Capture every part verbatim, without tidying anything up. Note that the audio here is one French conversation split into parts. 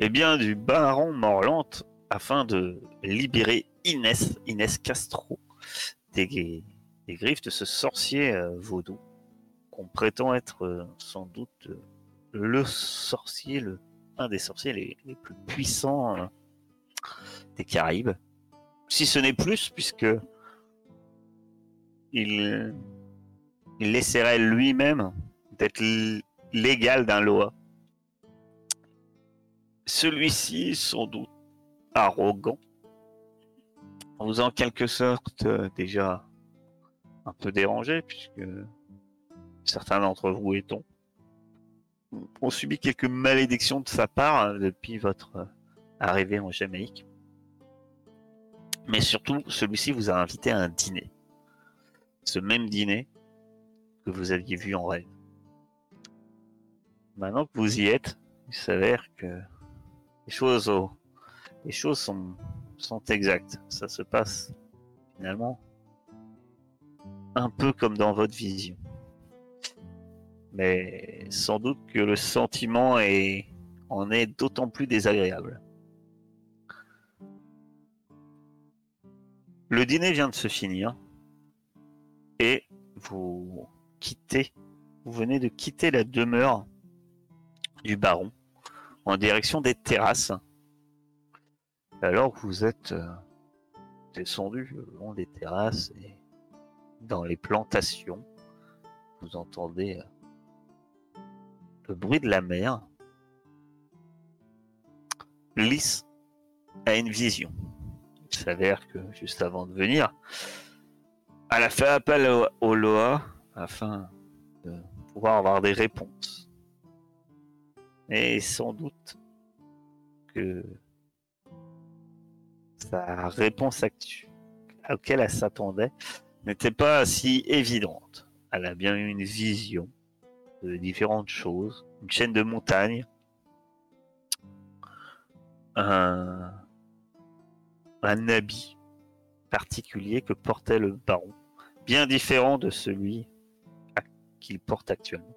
Eh bien, du baron Morlante afin de libérer Inès, Inès Castro, des, des griffes de ce sorcier euh, vaudou, qu'on prétend être euh, sans doute euh, le sorcier, le, un des sorciers les, les plus puissants euh, des Caraïbes. Si ce n'est plus, puisque il, il essaierait lui-même d'être l'égal d'un Loa. Celui-ci, sans doute arrogant, vous en quelque sorte euh, déjà un peu dérangé, puisque certains d'entre vous étant ont subi quelques malédictions de sa part hein, depuis votre euh, arrivée en Jamaïque. Mais surtout, celui-ci vous a invité à un dîner. Ce même dîner que vous aviez vu en rêve. Maintenant que vous y êtes, il s'avère que les choses, au... les choses sont... sont exactes. Ça se passe finalement un peu comme dans votre vision. Mais sans doute que le sentiment est... en est d'autant plus désagréable. Le dîner vient de se finir et vous quittez, vous venez de quitter la demeure du baron en direction des terrasses. Alors que vous êtes euh, descendu le long des terrasses et dans les plantations, vous entendez euh, le bruit de la mer. Lys a une vision. Il s'avère que juste avant de venir, elle a fait appel au, au Loa afin de pouvoir avoir des réponses. Et sans doute que sa réponse actuelle à laquelle elle s'attendait n'était pas si évidente. Elle a bien eu une vision de différentes choses, une chaîne de montagnes, un, un habit particulier que portait le baron, bien différent de celui qu'il porte actuellement.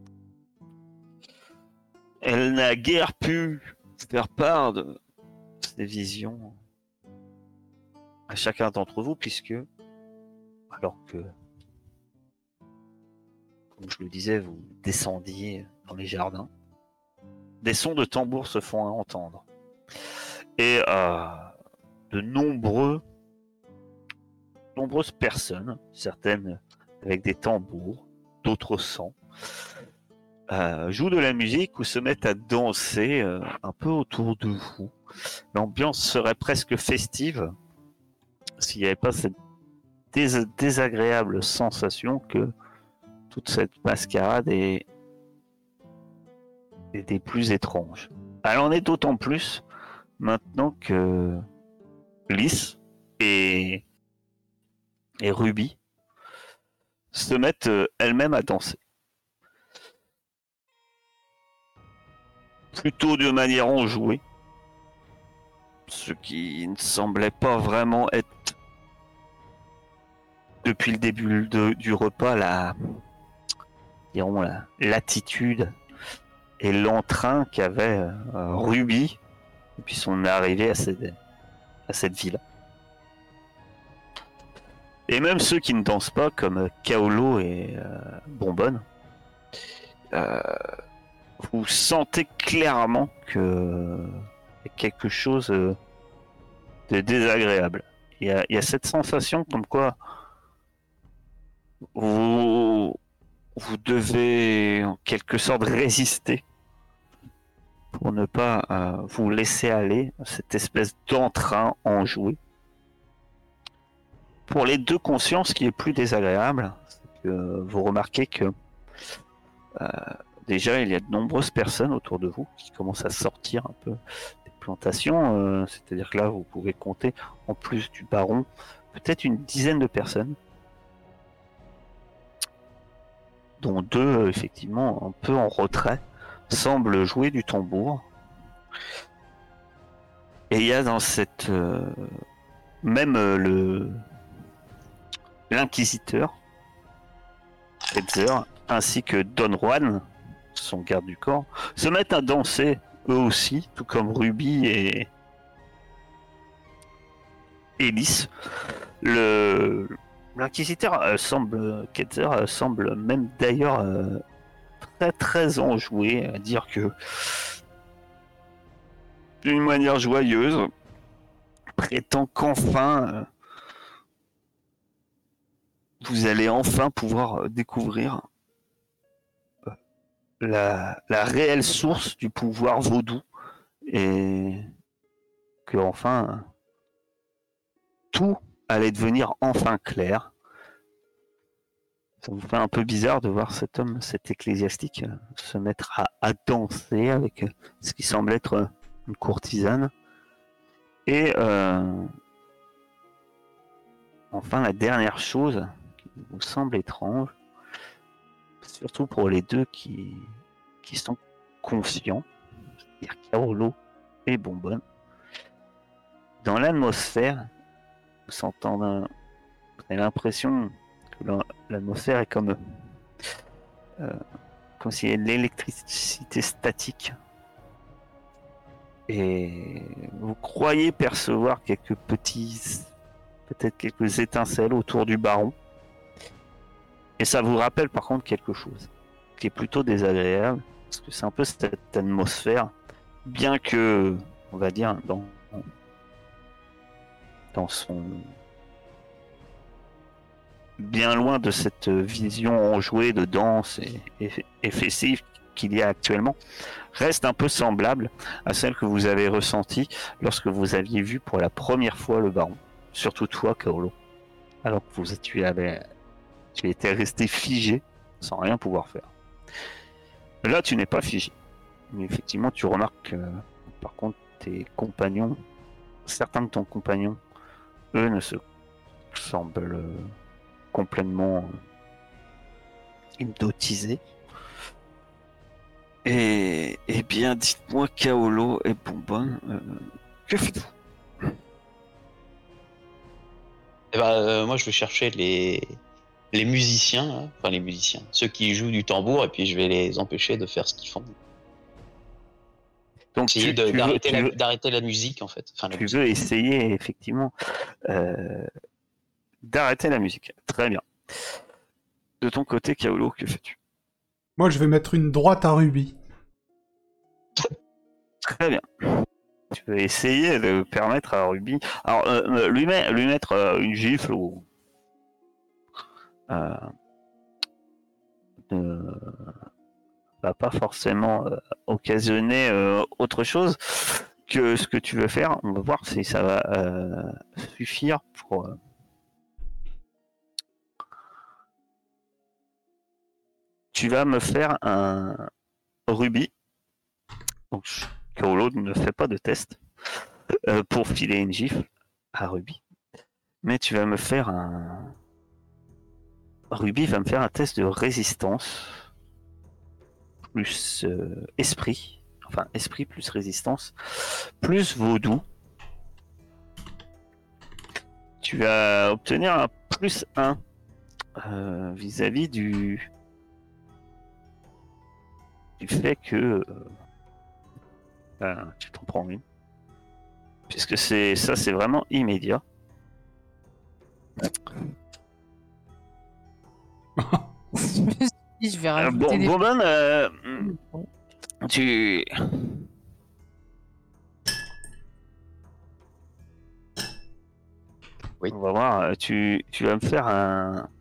Elle n'a guère pu faire part de ses visions à chacun d'entre vous, puisque, alors que, comme je le disais, vous descendiez dans les jardins, des sons de tambour se font entendre. Et euh, de nombreux, nombreuses personnes, certaines avec des tambours, d'autres sans, euh, jouent de la musique ou se mettent à danser euh, un peu autour de vous. L'ambiance serait presque festive s'il n'y avait pas cette dés- désagréable sensation que toute cette mascarade est, est des plus étranges. Elle en est d'autant plus maintenant que Lys et, et Ruby se mettent euh, elles-mêmes à danser. Plutôt de manière enjouée, ce qui ne semblait pas vraiment être, depuis le début de, du repas, la, dirons, la, l'attitude et l'entrain qu'avait euh, Ruby depuis son arrivée à cette, à cette ville. Et même ceux qui ne dansent pas, comme Kaolo et euh, Bonbonne, euh, vous sentez clairement que y a quelque chose de désagréable. Il y a, il y a cette sensation comme quoi vous, vous devez en quelque sorte résister pour ne pas euh, vous laisser aller à cette espèce d'entrain enjoué. Pour les deux consciences, ce qui est plus désagréable, c'est que vous remarquez que euh, déjà il y a de nombreuses personnes autour de vous qui commencent à sortir un peu des plantations, euh, c'est-à-dire que là vous pouvez compter en plus du baron peut-être une dizaine de personnes, dont deux euh, effectivement un peu en retrait semblent jouer du tambour. Et il y a dans cette euh, même euh, le l'inquisiteur Hetzer ainsi que Don Juan, son garde du corps, se mettent à danser eux aussi, tout comme Ruby et, et Lys. Le... L'inquisiteur euh, semble, Ketzer euh, semble même d'ailleurs euh, très très enjoué à dire que d'une manière joyeuse, prétend qu'enfin euh, vous allez enfin pouvoir euh, découvrir euh, la, la réelle source du pouvoir vaudou et que enfin euh, tout allait devenir enfin clair. Ça vous fait un peu bizarre de voir cet homme, cet ecclésiastique, euh, se mettre à, à danser avec euh, ce qui semble être euh, une courtisane. Et euh, enfin, la dernière chose qui vous semble étrange, surtout pour les deux qui, qui sont conscients, c'est-à-dire Kaolo et Bonbonne, dans l'atmosphère, vous sentez, vous avez l'impression que l'atmosphère est comme, euh, comme s'il y avait de l'électricité statique. Et vous croyez percevoir quelques petits, peut-être quelques étincelles autour du baron. Et ça vous rappelle par contre quelque chose qui est plutôt désagréable, parce que c'est un peu cette atmosphère, bien que, on va dire, dans, dans son... bien loin de cette vision enjouée de danse et, et, et festive qu'il y a actuellement, reste un peu semblable à celle que vous avez ressentie lorsque vous aviez vu pour la première fois le baron. Surtout toi, Kaolo. Alors que vous, tu avais, tu étais resté figé sans rien pouvoir faire. Là, tu n'es pas figé. Mais effectivement, tu remarques que, par contre, tes compagnons, certains de ton compagnon, eux, ne se semblent euh, complètement euh, hypnotisés. Et, eh bien, dites-moi, Kaolo et Bonbonne, euh, que faites-vous? Eh ben, euh, moi, je vais chercher les, les musiciens, hein, enfin les musiciens, ceux qui jouent du tambour, et puis je vais les empêcher de faire ce qu'ils font. Donc, Essayer tu, de, tu, veux, d'arrêter, tu, la, veux, d'arrêter la musique, en fait. Enfin, la tu musique. veux essayer, effectivement, euh, d'arrêter la musique. Très bien. De ton côté, Kaolo, que fais-tu? Moi, je vais mettre une droite à Ruby. Très bien. Tu veux essayer de permettre à Ruby... Alors, euh, lui, met, lui mettre euh, une gifle ou... Euh, ne va pas forcément euh, occasionner euh, autre chose que ce que tu veux faire. On va voir si ça va euh, suffire pour... Euh... Tu vas me faire un Ruby. Donc, Kaolo ne fait pas de test euh, pour filer une gifle à Ruby. Mais tu vas me faire un... Ruby va me faire un test de résistance plus euh, esprit. Enfin, esprit plus résistance plus vaudou. Tu vas obtenir un plus un euh, vis-à-vis du... du fait que... Euh... Ben, tu t'en prends une. Puisque c'est ça, c'est vraiment immédiat. Je me suis dit, je vais Euh, rajouter bon, des... Bonbonne, euh, tu... Oui. On va voir, tu, tu vas me faire un...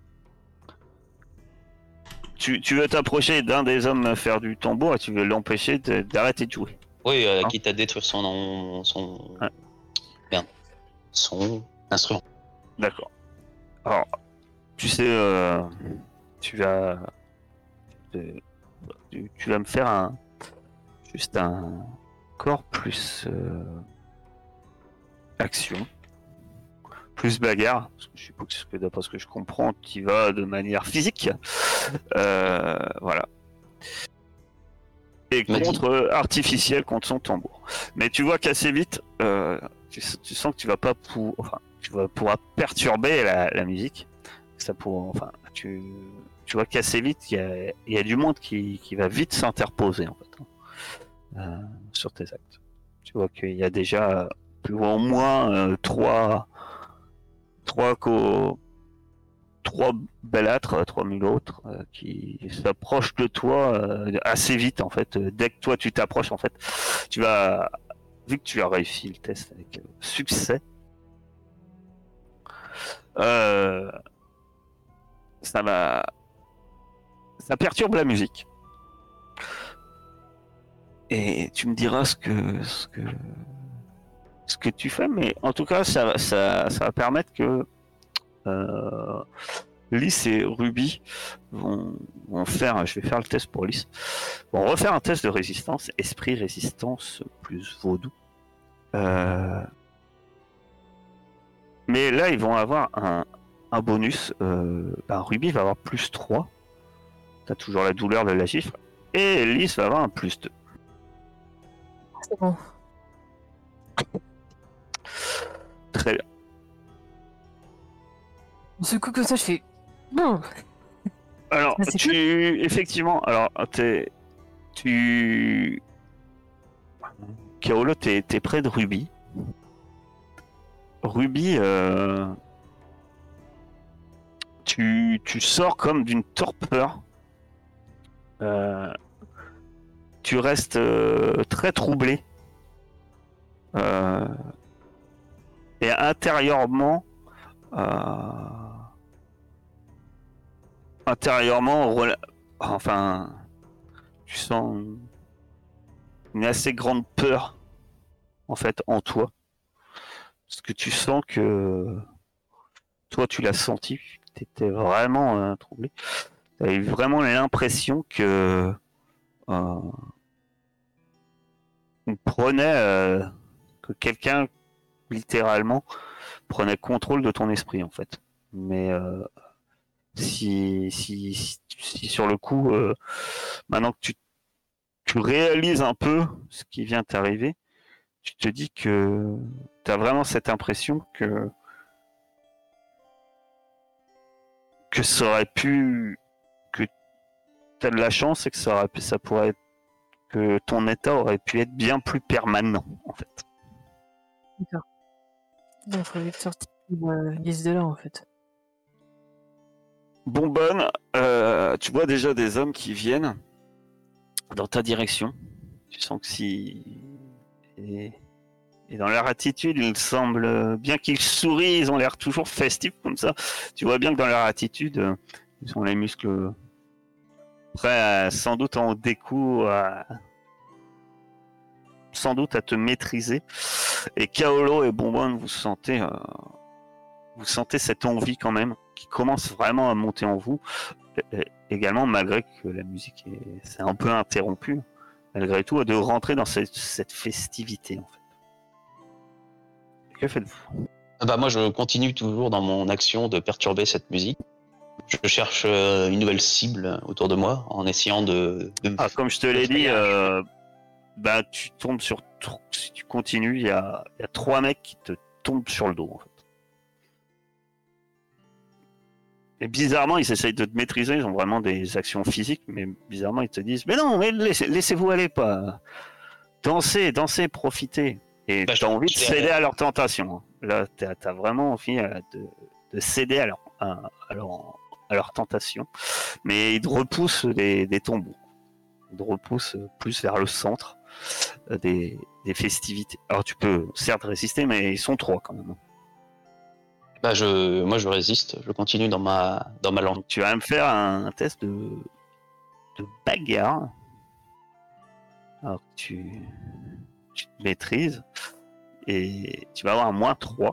Tu, tu veux t'approcher d'un des hommes faire du tambour et tu veux l'empêcher de- d'arrêter de jouer. Oui, euh, Hein? quitte à détruire son, son, Ouais. merde, son instrument. D'accord. Alors, tu sais, euh, tu vas... Tu, tu vas me faire un... Juste un corps plus... euh, action. Plus bagarre. Parce que je suppose que d'après ce que je comprends, tu vas de manière physique. Euh, voilà. Et M'a dit. contre artificiel contre son tambour. Mais tu vois qu'assez vite, euh, tu, tu sens que tu vas pas pour, enfin, tu vas pouvoir perturber la, la musique. Ça pour, enfin, tu, tu vois qu'assez vite, il y a, il y a du monde qui, qui va vite s'interposer en fait. euh, sur tes actes. Tu vois qu'il y a déjà euh, plus ou au moins euh, trois, trois, co- trois belâtres, trois mulâtres euh, qui s'approchent de toi euh, assez vite en fait. Dès que toi tu t'approches en fait, tu vas, vu que tu as réussi le test avec euh, succès, euh, ça va, ça perturbe la musique. Et tu me diras ce que, ce que, ce que tu fais, mais en tout cas, ça, ça, ça va permettre que euh, Lys et Ruby vont, vont faire, je vais faire le test pour Lys, vont refaire un test de résistance, esprit résistance plus vaudou. Euh, mais là, ils vont avoir un, un bonus. Euh, ben, Ruby va avoir plus trois. T'as toujours la douleur de la chiffre. Et Lys va avoir un plus deux. C'est bon. Très bien. Ce coup comme ça, je fais. Bon. Alors, Ah, c'est tu. Effectivement, alors, t'es. Tu. Kaolo, t'es, t'es près de Ruby. Ruby, euh... tu, tu sors comme d'une torpeur. Euh... Tu restes euh, très troublé. Euh... Et intérieurement, euh... intérieurement, rela- enfin, tu sens une- une assez grande peur en fait en toi, parce que tu sens que toi tu l'as senti, tu étais vraiment euh, troublé, tu as eu vraiment l'impression que euh, on prenait euh, que quelqu'un littéralement prenait contrôle de ton esprit en fait. Mais euh, si, si, si, si sur le coup, euh, maintenant que tu, tu réalises un peu ce qui vient t'arriver, tu te dis que tu as vraiment cette impression que que ça aurait pu, que tu as de la chance et que ça aurait pu, ça pourrait être, que ton état aurait pu être bien plus permanent en fait. D'accord. Il faudrait vite sortir euh, Lys de là en fait. Bonbonne, euh, tu vois déjà des hommes qui viennent dans ta direction. Tu sens que si et, et dans leur attitude, il semble bien qu'ils sourient, ils ont l'air toujours festifs comme ça. Tu vois bien que dans leur attitude, euh, ils ont les muscles prêts à, sans doute en découp, à, sans doute à te maîtriser. Et Kaolo et Bonbonne, vous sentez, euh, vous sentez cette envie quand même qui commence vraiment à monter en vous. Et, et, également, malgré que la musique est, c'est un peu interrompue, malgré tout, de rentrer dans cette, cette festivité en fait. Que faites-vous? Ah bah moi, je continue toujours dans mon action de perturber cette musique. Je cherche euh, une nouvelle cible autour de moi en essayant de. de Ah, comme je te l'ai dit, euh, bah tu tombes sur, si tu continues, il y a, y a trois mecs qui te tombent sur le dos en fait. Et bizarrement, ils essayent de te maîtriser, ils ont vraiment des actions physiques, mais bizarrement, ils te disent, mais non, mais laissez, laissez-vous aller, pas. Dansez, dansez, profitez. Et Bah, tu as je- envie de je vais- céder à leur tentation. Là, tu as vraiment envie euh, de, de céder à leur, à, à leur, à leur tentation. Mais ils te repoussent des, des tombeaux. Ils te repoussent plus vers le centre euh, des, des festivités. Alors tu peux certes résister, mais ils sont trois quand même. Bah je, moi je résiste, je continue dans ma dans ma langue. Donc tu vas me faire un, un test de, de bagarre. Alors tu, tu te maîtrises et tu vas avoir un moins trois.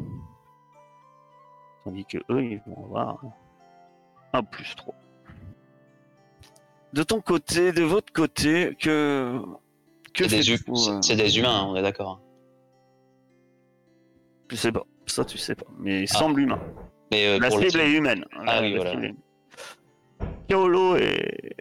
Tandis que eux, ils vont avoir un plus trois. De ton côté, de votre côté, que. Que C'est des, hu- faites-vous c'est- euh, c'est des humains, on est d'accord. Je sais pas. Ça, tu sais pas. Mais il Ah. semble humain. Mais euh, La pour le cible team- est humaine. Ah La- oui, la voilà. cible est- Kaolo et.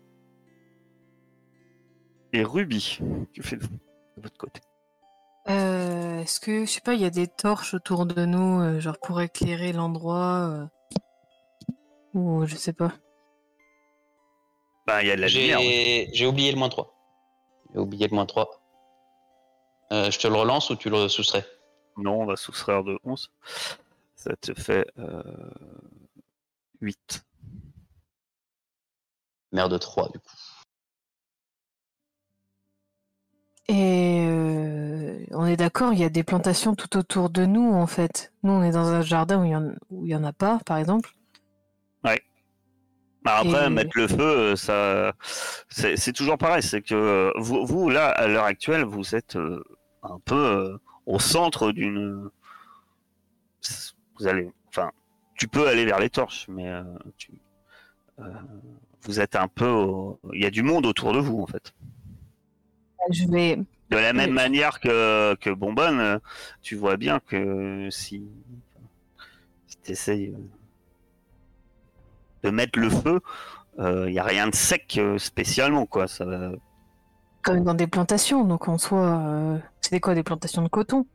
Et Ruby. Que faites-vous de votre côté? Euh, Est-ce que, je sais pas, il y a des torches autour de nous, euh, genre pour éclairer l'endroit euh, ou je sais pas. Bah, il y a de la lumière. oui. J'ai j'ai oublié le moins trois. J'ai oublié le moins trois. Euh, je te le relance ou tu le soustrais? Non, on va soustraire de onze. Ça te fait euh, huit. Merde trois, du coup. Et euh, on est d'accord, il y a des plantations tout autour de nous, en fait. Nous, on est dans un jardin où il y en, où il y en a pas, par exemple. Bah après, Et- mettre le feu, euh, ça, c'est c'est toujours pareil. C'est que euh, vous, vous, là, à l'heure actuelle, vous êtes euh, un peu euh, au centre d'une. Vous allez, enfin, tu peux aller vers les torches, mais euh, tu, euh, vous êtes un peu. au- Il y a du monde autour de vous, en fait. Je vais. De la même Oui. manière que que Bonbonne, euh, tu vois bien que si, si tu essayes de mettre le feu, il n'y a rien de sec euh, spécialement, quoi. Ça va- Comme dans des plantations, donc en soi, euh, c'était quoi des plantations de coton?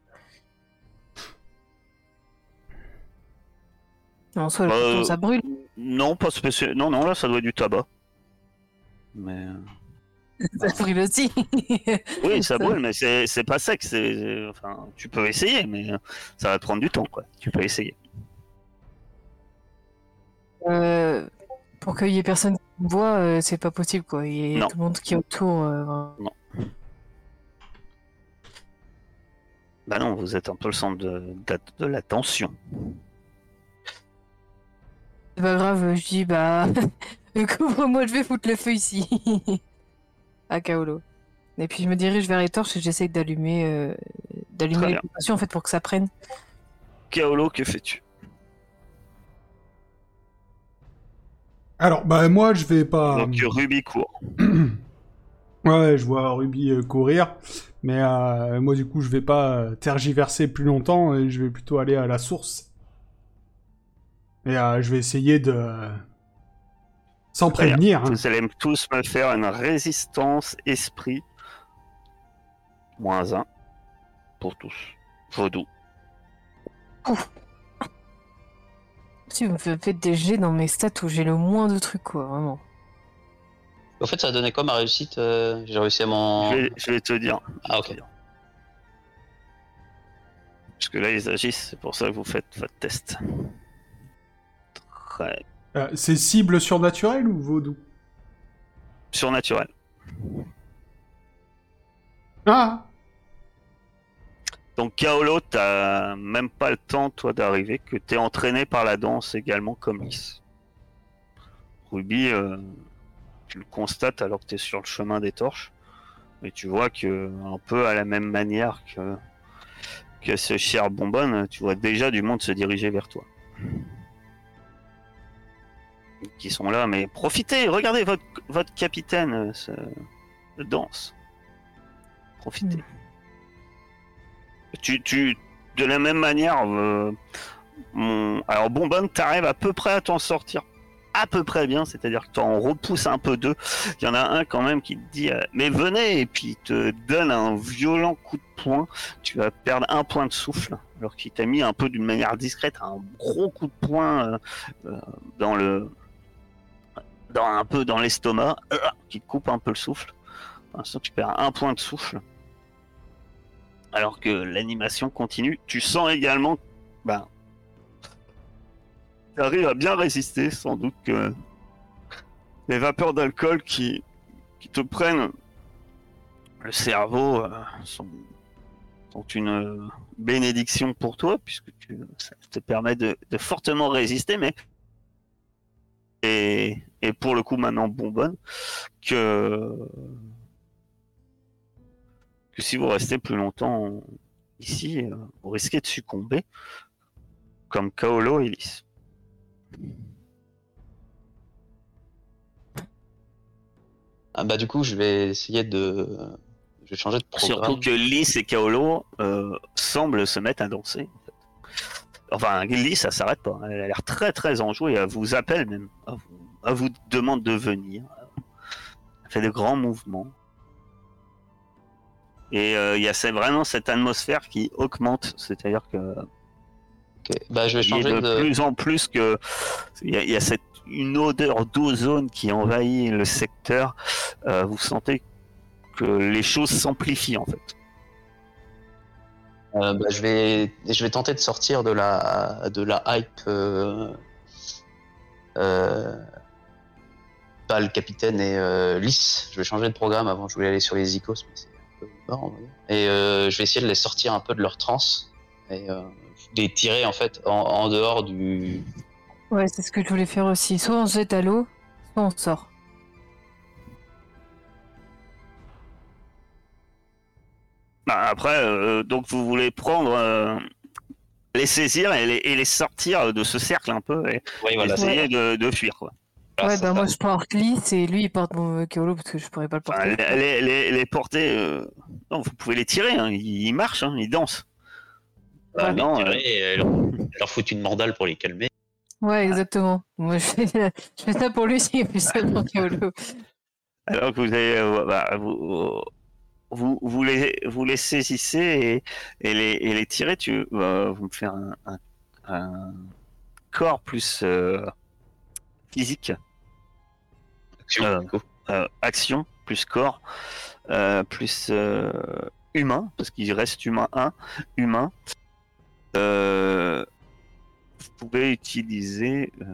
En soi, le Euh, coton ça brûle. Non, pas spécial. Non, non, là, ça doit être du tabac. Mais euh, Ça brûle aussi. oui, ça brûle, mais c'est c'est pas sec. C'est enfin, tu peux essayer, mais euh, ça va te prendre du temps, quoi. Tu peux essayer. Euh, pour qu'il y ait personne qui me voit, euh, c'est pas possible quoi. Il y a Non. tout le monde qui est autour. euh, vraiment. Bah non, vous êtes un peu le centre de, de, de l'attention. C'est pas grave, je dis bah couvre-moi, je vais foutre le feu ici. À Kaolo. Et puis je me dirige vers les torches et j'essaye d'allumer euh, Très d'allumer les bien. plantations en fait pour que ça prenne. Kaolo, que fais-tu? Alors, bah moi, je vais pas... Donc Ruby court. Ouais, je vois Ruby euh, courir, mais euh, moi, du coup, je vais pas euh, tergiverser plus longtemps, et je vais plutôt aller à la source. Et euh, je vais essayer de... euh, sans Très bien. prévenir, hein. Vous allez tous me faire une résistance esprit. Moins un. Pour tous. Vaudou. Si vous me faites des jets dans mes stats où j'ai le moins de trucs quoi, vraiment. Au fait, ça a donné quoi ma réussite? euh, J'ai réussi à m'en... Je vais, je vais te dire. Je vais Ah, te ok. dire. Parce que là, ils agissent, c'est pour ça que vous faites votre test. Très Euh, c'est cible surnaturelle ou vaudou? surnaturel. Ah! Donc Kaolo, t'as même pas le temps, toi, d'arriver, que t'es entraîné par la danse également comme Lys. Ruby, euh, tu le constates alors que t'es sur le chemin des torches, et tu vois que, un peu à la même manière que, que ce cher Bonbonne, tu vois déjà du monde se diriger vers toi. Qui sont là, mais profitez, regardez votre, votre capitaine euh, se, danse. Profitez. Mm. Tu, tu, de la même manière, euh, mon... alors Bonbonne, t'arrives à peu près à t'en sortir à peu près bien, c'est-à-dire que t'en repousses un peu deux. Il y en a un quand même qui te dit euh, mais venez, et puis il te donne un violent coup de poing. Tu vas perdre un point de souffle, alors qu'il t'a mis un peu d'une manière discrète un gros coup de poing euh, euh, dans le, dans un peu dans l'estomac, euh, qui te coupe un peu le souffle. Pour l'instant, tu perds un point de souffle. Alors que l'animation continue, tu sens également, ben, tu arrives à bien résister, sans doute que les vapeurs d'alcool qui, qui te prennent le cerveau euh, sont, sont une bénédiction pour toi, puisque tu, ça te permet de, de fortement résister, mais et, et pour le coup maintenant Bonbonne, que, que si vous restez plus longtemps ici, euh, vous risquez de succomber, comme Kaolo et Lys. Ah, bah du coup, je vais essayer de... Je vais changer de programme. Surtout que Lys et Kaolo euh, semblent se mettre à danser. En fait. Enfin, Lys, ça s'arrête pas. Elle a l'air très très enjouée. Elle vous appelle même. Elle vous, elle vous demande de venir. Elle fait de grands mouvements. Et il euh, y a c'est vraiment cette atmosphère qui augmente. C'est-à-dire que Ok. Bah je vais il y a changer de, de... plus en plus que il y a, y a cette une odeur d'ozone qui envahit le secteur. Euh, vous sentez que les choses s'amplifient en fait. Euh, bah, je vais, je vais tenter de sortir de la, de la hype. Euh, euh, pas le capitaine et euh, Lys. Je vais changer de programme. Avant, je voulais aller sur les Icos, mais c'est un peu mort, on va dire. Et euh, je vais essayer de les sortir un peu de leur transe et euh, les tirer en fait en, en dehors du. Ouais, c'est ce que je voulais faire aussi. Soit on se jette à l'eau, soit on sort. Bah, après, euh, donc vous voulez prendre, euh, les saisir et les, et les sortir de ce cercle un peu et Oui, voilà. essayer Ouais. de, de fuir quoi. Voilà, Ouais, c'est bah ça. moi je porte Lys et lui il porte mon Kaolo parce que je pourrais pas le Enfin, porter. les, les, les porter, euh, non, vous pouvez les tirer, hein. Ils, ils marchent, hein, ils dansent. Bah, Ah les non, tirer euh, et leur, leur foutre une mandale pour les calmer. Ouais, exactement. Moi je fais, je fais ça pour lui, il fait ça pour Kaolo. alors que vous avez, euh, bah, vous, vous, vous les, vous les saisissez et, et les, et les tirez, tu, euh, vous me faire un, un, un corps plus euh, physique, Action, euh, du coup. euh, action plus corps, euh, plus euh, humain, parce qu'il reste humain un, humain. Euh, vous pouvez utiliser... euh,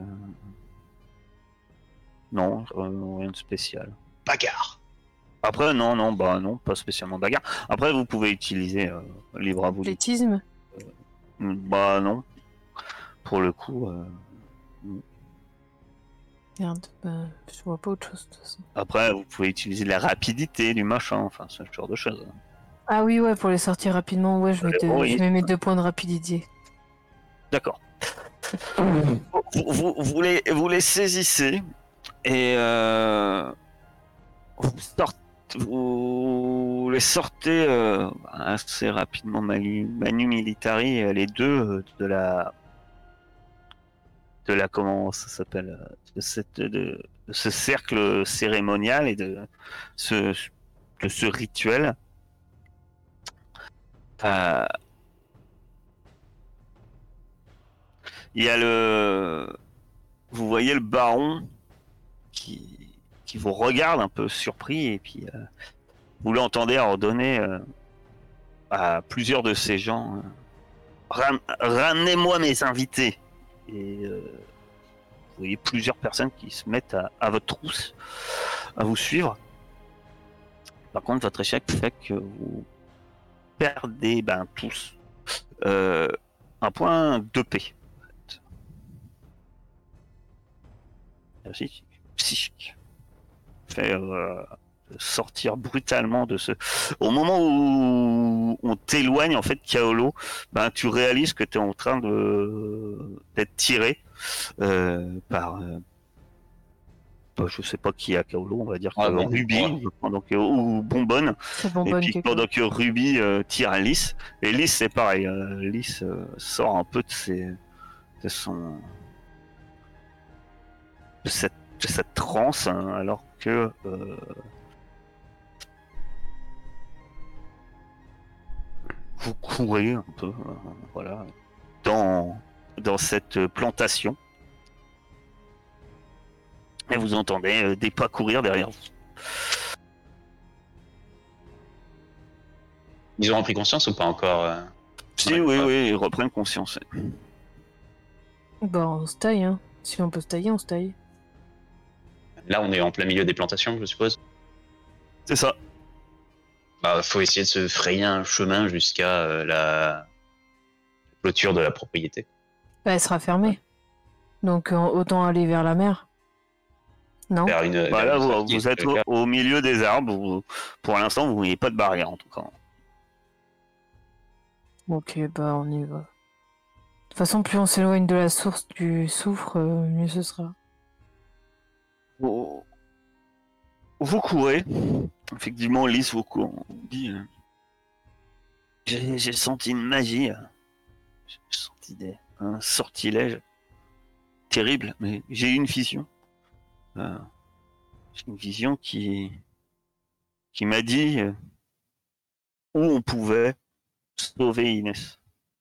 non, euh, rien de spécial. Bagarre. Après, non, non, bah non, pas spécialement bagarre. Après, vous pouvez utiliser euh, libre à vous. Athlétisme. Bah non, pour le coup. euh, Merde, bah, je vois pas autre chose de toute façon. Après, vous pouvez utiliser la rapidité du machin, enfin, ce genre de choses. Ah oui, ouais, pour les sortir rapidement, ouais, je mets, deux, oui. je mets mes deux points de rapidité. D'accord. Vous, vous, vous les, vous les saisissez et euh, vous, sortez, vous les sortez euh, assez rapidement, Manu, Manu Militari, euh, les deux euh, de la de la comment ça s'appelle euh, de, cette, de, de ce cercle cérémonial et de ce, de ce rituel. Euh, Il y a le, vous voyez le baron qui, qui vous regarde un peu surpris et puis euh, vous l'entendez ordonner euh, à plusieurs de ces gens euh, Ram, ramenez-moi mes invités. Et euh, vous voyez plusieurs personnes qui se mettent à, à votre trousse, à vous suivre. Par contre, votre échec fait que vous perdez ben, tous euh, un point d'E P. Merci. Psychique. Fait euh, sortir brutalement de ce. Au moment où on t'éloigne, en fait, Kaolo, ben, tu réalises que tu es en train de d'être tiré euh, par. Euh... Bah, je sais pas qui est à Kaolo, on va dire que Ah, bon, Ruby, ouais. pendant que, ou Bonbonne, C'est bon, et bonne puis quelque pendant que Ruby euh, tire à Lys, et Lys c'est pareil, euh, Lys euh, sort un peu de ses, de son, de cette, de cette transe, hein, alors que euh, vous courez un peu, euh, voilà, dans, dans cette plantation, et vous entendez euh, des pas courir derrière vous. Ils ont pris conscience ou pas encore euh... Si, Ouais, oui, ouais. oui, ils reprennent conscience. Bah, on se taille, hein. Si on peut se tailler, on se taille. Là, on est en plein milieu des plantations, je suppose. C'est ça. Bah, faut essayer de se frayer un chemin jusqu'à euh, la clôture de la propriété. Bah, elle sera fermée. Donc, euh, autant aller vers la mer. Non? Vers une, Bah vers là, une vous, trafiquée, vous êtes en tout au, cas. au milieu des arbres. Vous, pour l'instant, vous voyez pas de barrière en tout cas. Ok, bah, on y va. De toute façon, plus on s'éloigne de la source du soufre, euh, mieux ce sera. Vous, vous courez. Effectivement, Lys vous court. On vous dit, euh, j'ai, j'ai senti une magie. euh, J'ai senti des, un sortilège terrible, mais j'ai eu une vision. Euh, j'ai une vision qui, qui m'a dit euh, où on pouvait sauver Inès.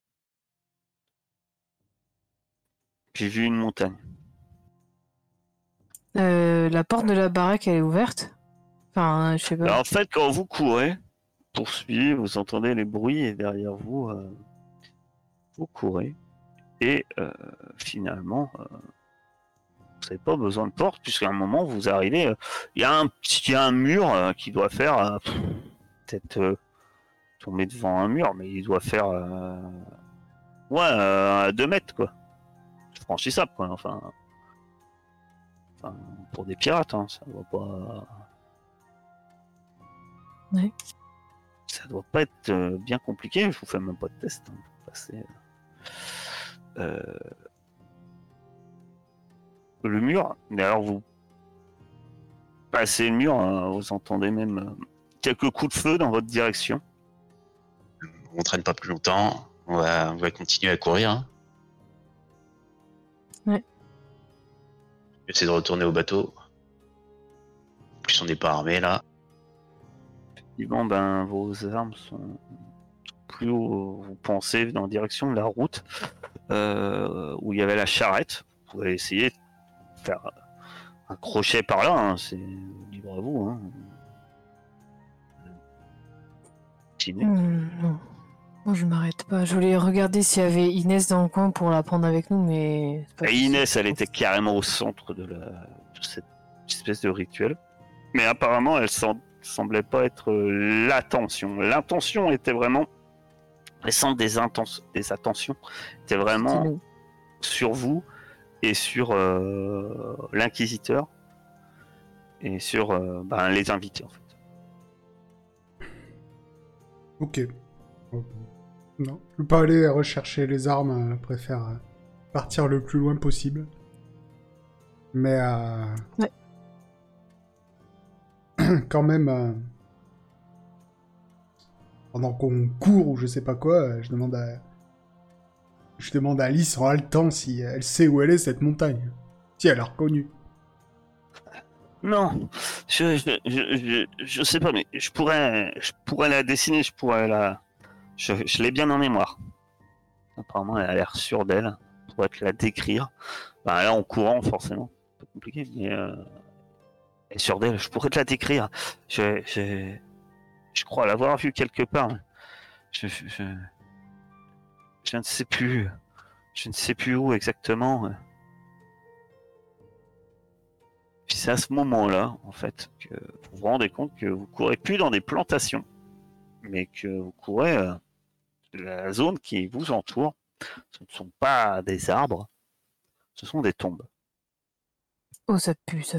J'ai vu une montagne. Euh, la porte de la baraque, elle est ouverte? Enfin, je sais pas. Alors, en fait, quand vous courez, poursuivez, vous entendez les bruits et derrière vous, euh, vous courez. Et euh, finalement, euh, vous n'avez pas besoin de porte, puisqu'à un moment, vous arrivez. euh, Il y a un petit il y a un mur euh, qui doit faire euh, pff, peut-être euh, tomber devant un mur, mais il doit faire euh, ouais, euh, deux mètres, quoi. Franchissable, quoi. Enfin, enfin, pour des pirates, hein, ça doit pas. Ouais. Ça doit pas être euh, bien compliqué. Je vous fais même pas de test, hein, pour passer. Euh, le mur. D'ailleurs, vous passez le mur, hein, vous entendez même euh, quelques coups de feu dans votre direction. On traîne pas plus longtemps. On va, on va continuer à courir. Hein. Ouais. J'essaie de retourner au bateau. En plus, on n'est pas armé là. Effectivement, ben, vos armes sont plus haut. Vous pensez dans la direction de la route euh, où il y avait la charrette. Vous pouvez essayer de faire un crochet par là. Hein, c'est libre à vous. Hein. Continuez. Hmm, non. Moi, je m'arrête pas. Je voulais regarder s'il y avait Inès dans le coin pour la prendre avec nous, mais. c'est pas Et possible. Inès, elle était carrément au centre de, la, de cette espèce de rituel. Mais apparemment, elle sem- semblait pas être euh, l'attention. L'intention était vraiment. Le centre des, inten- des attentions était C'était vraiment nous. sur vous et sur euh, l'inquisiteur et sur euh, ben, les invités, en fait. Ok. Ok. Non, je peux pas aller rechercher les armes, euh, je préfère euh, partir le plus loin possible. Mais euh... Ouais. quand même, euh, pendant qu'on court ou je sais pas quoi, euh, je demande à je demande à Alice en haletant si elle sait où elle est cette montagne. Si elle l'a reconnue. Non, je, je, je, je, je sais pas, mais je pourrais, je pourrais la dessiner, je pourrais la. Je, je l'ai bien en mémoire. Apparemment, elle a l'air sûre d'elle. Je pourrais te la décrire. Ben, là, en courant, forcément. Un peu compliqué, mais. Euh... Elle est sûre d'elle, je pourrais te la décrire. Je, je, je crois l'avoir vue quelque part. Je, je, je, je ne sais plus. Je ne sais plus où exactement. Puis c'est à ce moment-là, en fait, que vous vous rendez compte que vous courez plus dans des plantations, mais que vous courez euh, la zone qui vous entoure. Ce ne sont pas des arbres, ce sont des tombes. Oh, ça pue, ça.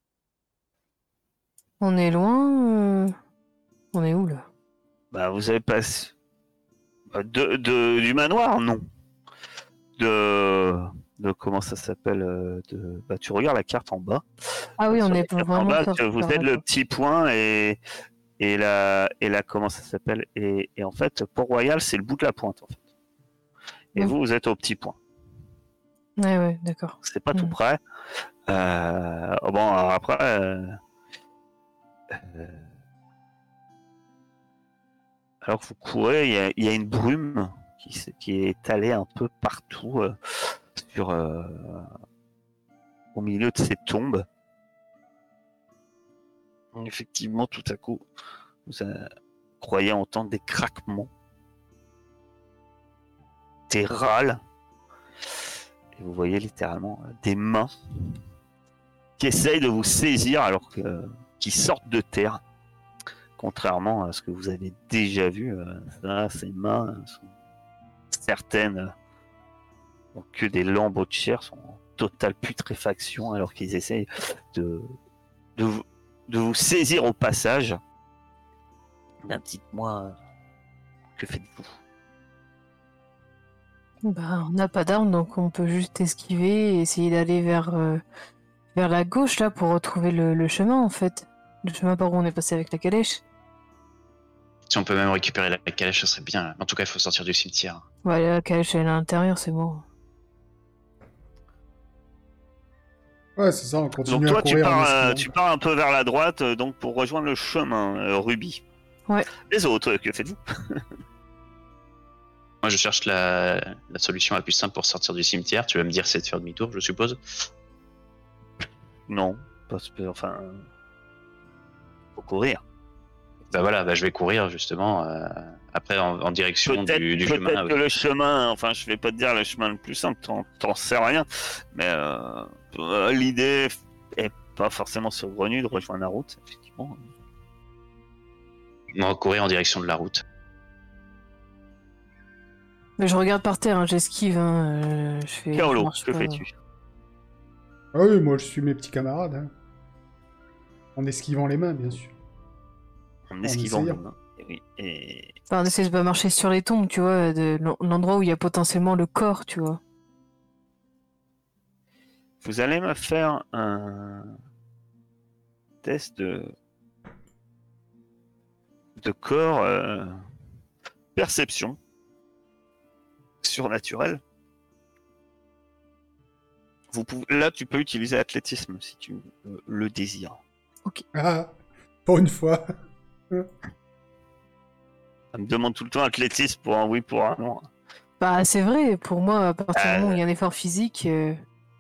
On est loin euh, On est où, là? Bah, vous avez pas de, de du manoir, non. De de comment ça s'appelle euh, de bah tu regardes la carte en bas. Ah oui, on Sur la est carte en vraiment bas, sorti que vous par êtes là, le quoi. petit point et et la et la comment ça s'appelle et, et en fait Port-Royal c'est le bout de la pointe en fait. Et Ouais. vous vous êtes au petit point. Ouais, ouais, d'accord. C'est pas tout Mm. près. Euh, oh bon alors après. Euh, euh, alors que vous courez, il y a, il y a une brume qui, s- qui est étalée un peu partout euh, sur euh, au milieu de ces tombes. Effectivement, tout à coup, vous euh, croyez entendre des craquements, des râles, et vous voyez littéralement euh, des mains qui essayent de vous saisir alors que qui sortent de terre. Contrairement à ce que vous avez déjà vu, euh, là, ces mains sont certaines euh, ont que des lambeaux de chair, sont en totale putréfaction alors qu'ils essayent de, de, vous, de vous saisir au passage. Ben, dites-moi, euh, que faites-vous? Bah, on n'a pas d'armes, donc on peut juste esquiver et essayer d'aller vers, euh, vers la gauche, là, pour retrouver le, le chemin, en fait. Le chemin par où on est passé avec la calèche. Si on peut même récupérer la calèche, ça serait bien. En tout cas, il faut sortir du cimetière. Ouais, la calèche elle est à l'intérieur, c'est bon. Ouais, c'est ça, on Donc continue à toi, tu courir en pars, euh, esquivant. tu pars un peu vers la droite, euh, donc pour rejoindre le chemin euh, Ruby. Ouais. Les autres, que faites-vous? Moi, je cherche la, la solution la plus simple pour sortir du cimetière. Tu vas me dire, c'est de faire demi-tour, je suppose. Non, parce que enfin, faut courir. Bah voilà, bah je vais courir justement euh, après en, en direction Peut-être, du, du peut-être chemin. que oui. le chemin, enfin je vais pas te dire le chemin le plus simple, t'en, t'en sais rien, mais euh, euh, l'idée est pas forcément saugrenue de rejoindre la route, effectivement. Non, courir en direction de la route. Mais je regarde par terre, hein, j'esquive, hein, euh, je fais. je Kaolo, marche que pas. fais-tu? Ah oui, moi je suis mes petits camarades. Hein. En esquivant les mains, bien sûr. En esquivant essayant. les mains. Et oui, et Enfin, on essaie de pas marcher sur les tombes, tu vois, de l'en- l'endroit où il y a potentiellement le corps, tu vois. vous allez me faire un test de de corps euh, perception surnaturelle. Vous pouvez... Là, tu peux utiliser athlétisme si tu euh, le désires. Ah, pour une fois. Ça me demande tout le temps athlétisme pour un oui, pour un non. Bah, c'est vrai, pour moi, à partir du Euh, moment où il y a un effort physique. euh,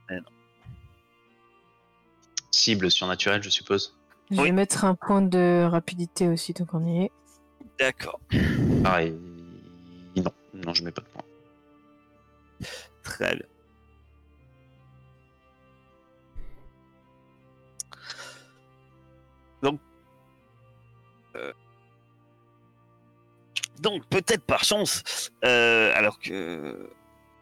Cible surnaturelle, je suppose. Je Oui. vais mettre un point de rapidité aussi, donc on y est. D'accord. Pareil. Non, non, je mets pas de point. Très bien. Donc, euh, donc peut-être par chance, euh, alors que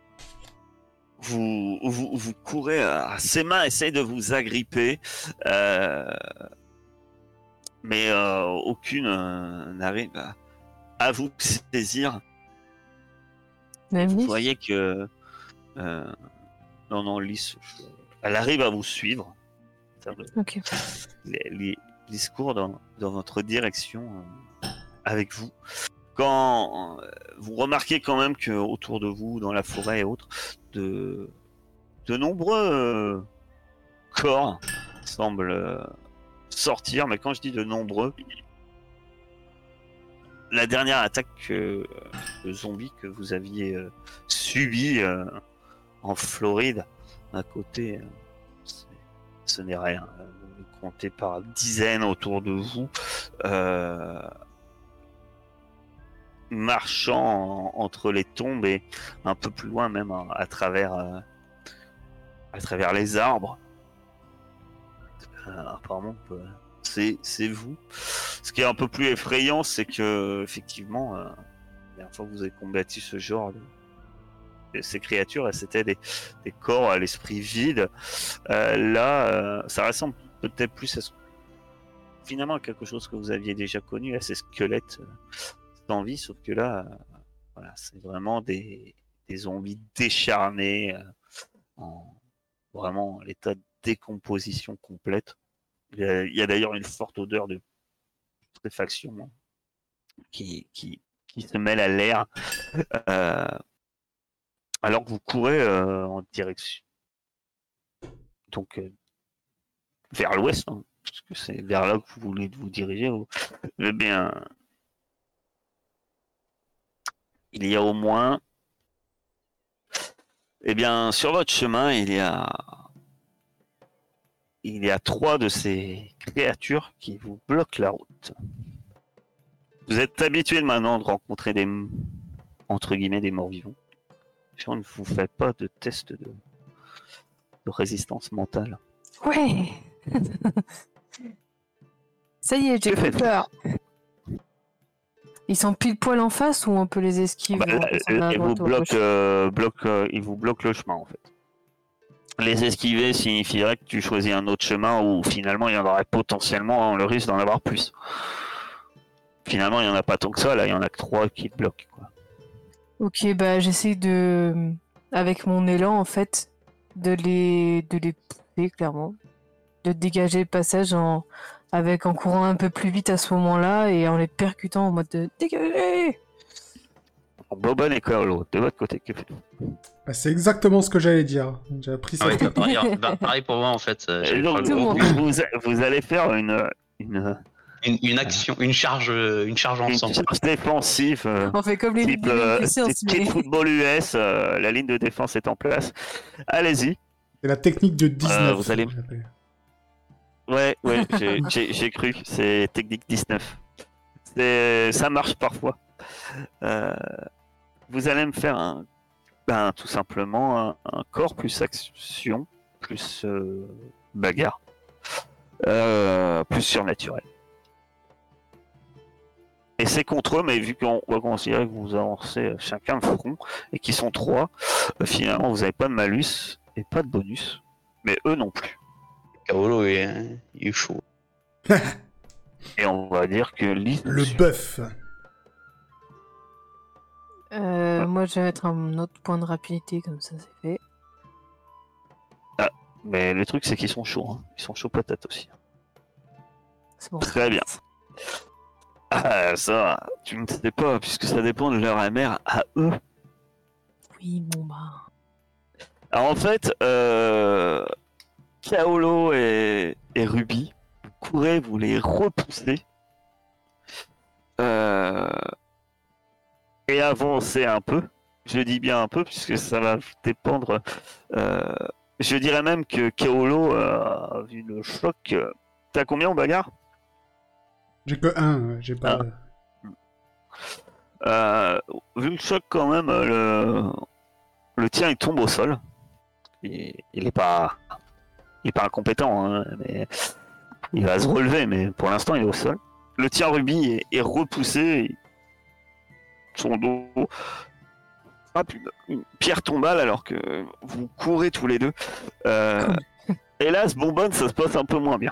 vous, vous, vous courez à ses mains, essayez de vous agripper, euh, mais euh, aucune euh, n'arrive à, à vous saisir. Même Vous Lys voyez que euh, non, non, Lys, je- elle arrive à vous suivre. C'est-à-dire le- Ok. les, les discours dans, dans votre direction euh, avec vous. Quand euh, vous remarquez quand même que autour de vous, dans la forêt et autres, de, de nombreux euh, corps semblent euh, sortir, mais quand je dis de nombreux, la dernière attaque que, de zombies que vous aviez euh, subie euh, en Floride, à côté, euh, c'est- ce n'est rien. Vous les comptez par dizaines autour de vous, euh, marchant en- entre les tombes et un peu plus loin même à, à travers, euh, à travers les arbres. Euh, apparemment, on peut- c'est c'est vous. Ce qui est un peu plus effrayant, c'est que effectivement, euh, la dernière fois que vous avez combattu ce genre de, de ces créatures, c'était des, des corps à l'esprit vide. Euh, là, euh, ça ressemble peut-être plus à ce- finalement à quelque chose que vous aviez déjà connu, à ces squelettes euh, sans vie, sauf que là, euh, voilà, c'est vraiment des, des zombies décharnés, euh, en vraiment l'état de décomposition complète. Il y a, il y a d'ailleurs une forte odeur de putréfaction hein, qui, qui, qui se mêle à l'air, euh, alors que vous courez euh, en direction, donc euh, vers l'ouest, hein, parce que c'est vers là que vous voulez vous diriger. Vous... Eh bien, il y a au moins, eh bien, sur votre chemin, il y a, il y a trois de ces créatures qui vous bloquent la route. Vous êtes habitué maintenant de rencontrer des, entre guillemets, des morts-vivants. On ne vous fait pas de test de, de résistance mentale. Ouais. Ça y est, j'ai Que plus faites-vous peur. Ils sont pile poil en face ou on peut les esquiver Bah, en là, passant à ils droite vous ou à bloquent, gauche euh, bloquent, euh, ils vous bloquent le chemin en fait. Les esquiver signifierait que tu choisis un autre chemin où finalement il y en aurait potentiellement le risque d'en avoir plus. Finalement, il n'y en a pas tant que ça, là, il y en a que trois qui te bloquent. Quoi. Ok, bah j'essaie de, avec mon élan en fait, de les, de les pousser clairement, de dégager le passage en, avec en courant un peu plus vite à ce moment-là et en les percutant en mode de dégager. Boban et Kaolo, de votre côté, que faites-vous Bah, c'est exactement ce que j'allais dire. J'ai appris ça. Ah oui, bah, pareil, bah, pareil pour moi en fait. euh, j'allais Et donc, faire le vous, gros Tout le coup. vous, vous allez faire une, une, Une, une action, une charge, une charge une ensemble. charge défensive. euh, On fait comme les Type, ligues euh, de science, type- type mais football U S, euh, la ligne de défense est en place. Allez-y. C'est la technique de dix-neuf. Euh, vous allez- j'appelle. Ouais, ouais, j'ai, j'ai, j'ai cru. C'est technique dix-neuf. C'est, ça marche parfois. Euh, vous allez me faire un, ben, tout simplement un, un corps plus action, plus euh, bagarre, euh, plus surnaturel. Et c'est contre eux, mais vu qu'on va considérer que vous avancez chacun le front et qu'ils sont trois, euh, finalement vous n'avez pas de malus et pas de bonus. Mais eux non plus. Kaolo est, il est chaud. Et on va dire que Lys. Le bœuf. Euh, moi, je vais mettre un autre point de rapidité, comme ça, c'est fait. Mais le truc, c'est qu'ils sont chauds. Hein. Ils sont chauds patates aussi. C'est bon. Très bien. Ah, ça, tu ne sais pas, puisque ça dépend de leur mère à eux. Oui, bon, bah. Alors en fait, euh, Kaolo et, et Ruby, vous courez, vous les repoussez. Euh, et avancez un peu. Je dis bien un peu, puisque ça va dépendre. Euh, je dirais même que Kaolo, euh, vu le choc. euh, T'as combien en bagarre? J'ai que un, j'ai pas. Euh, Vu le choc quand même, euh, le, le tien il tombe au sol. Il, il est pas, il est pas incompétent, hein, mais il va se relever, mais pour l'instant il est au sol. Le tien Ruby est, est repoussé, son dos frappe une, une pierre tombale alors que vous courez tous les deux. Euh, hélas, Bonbonne, ça se passe un peu moins bien.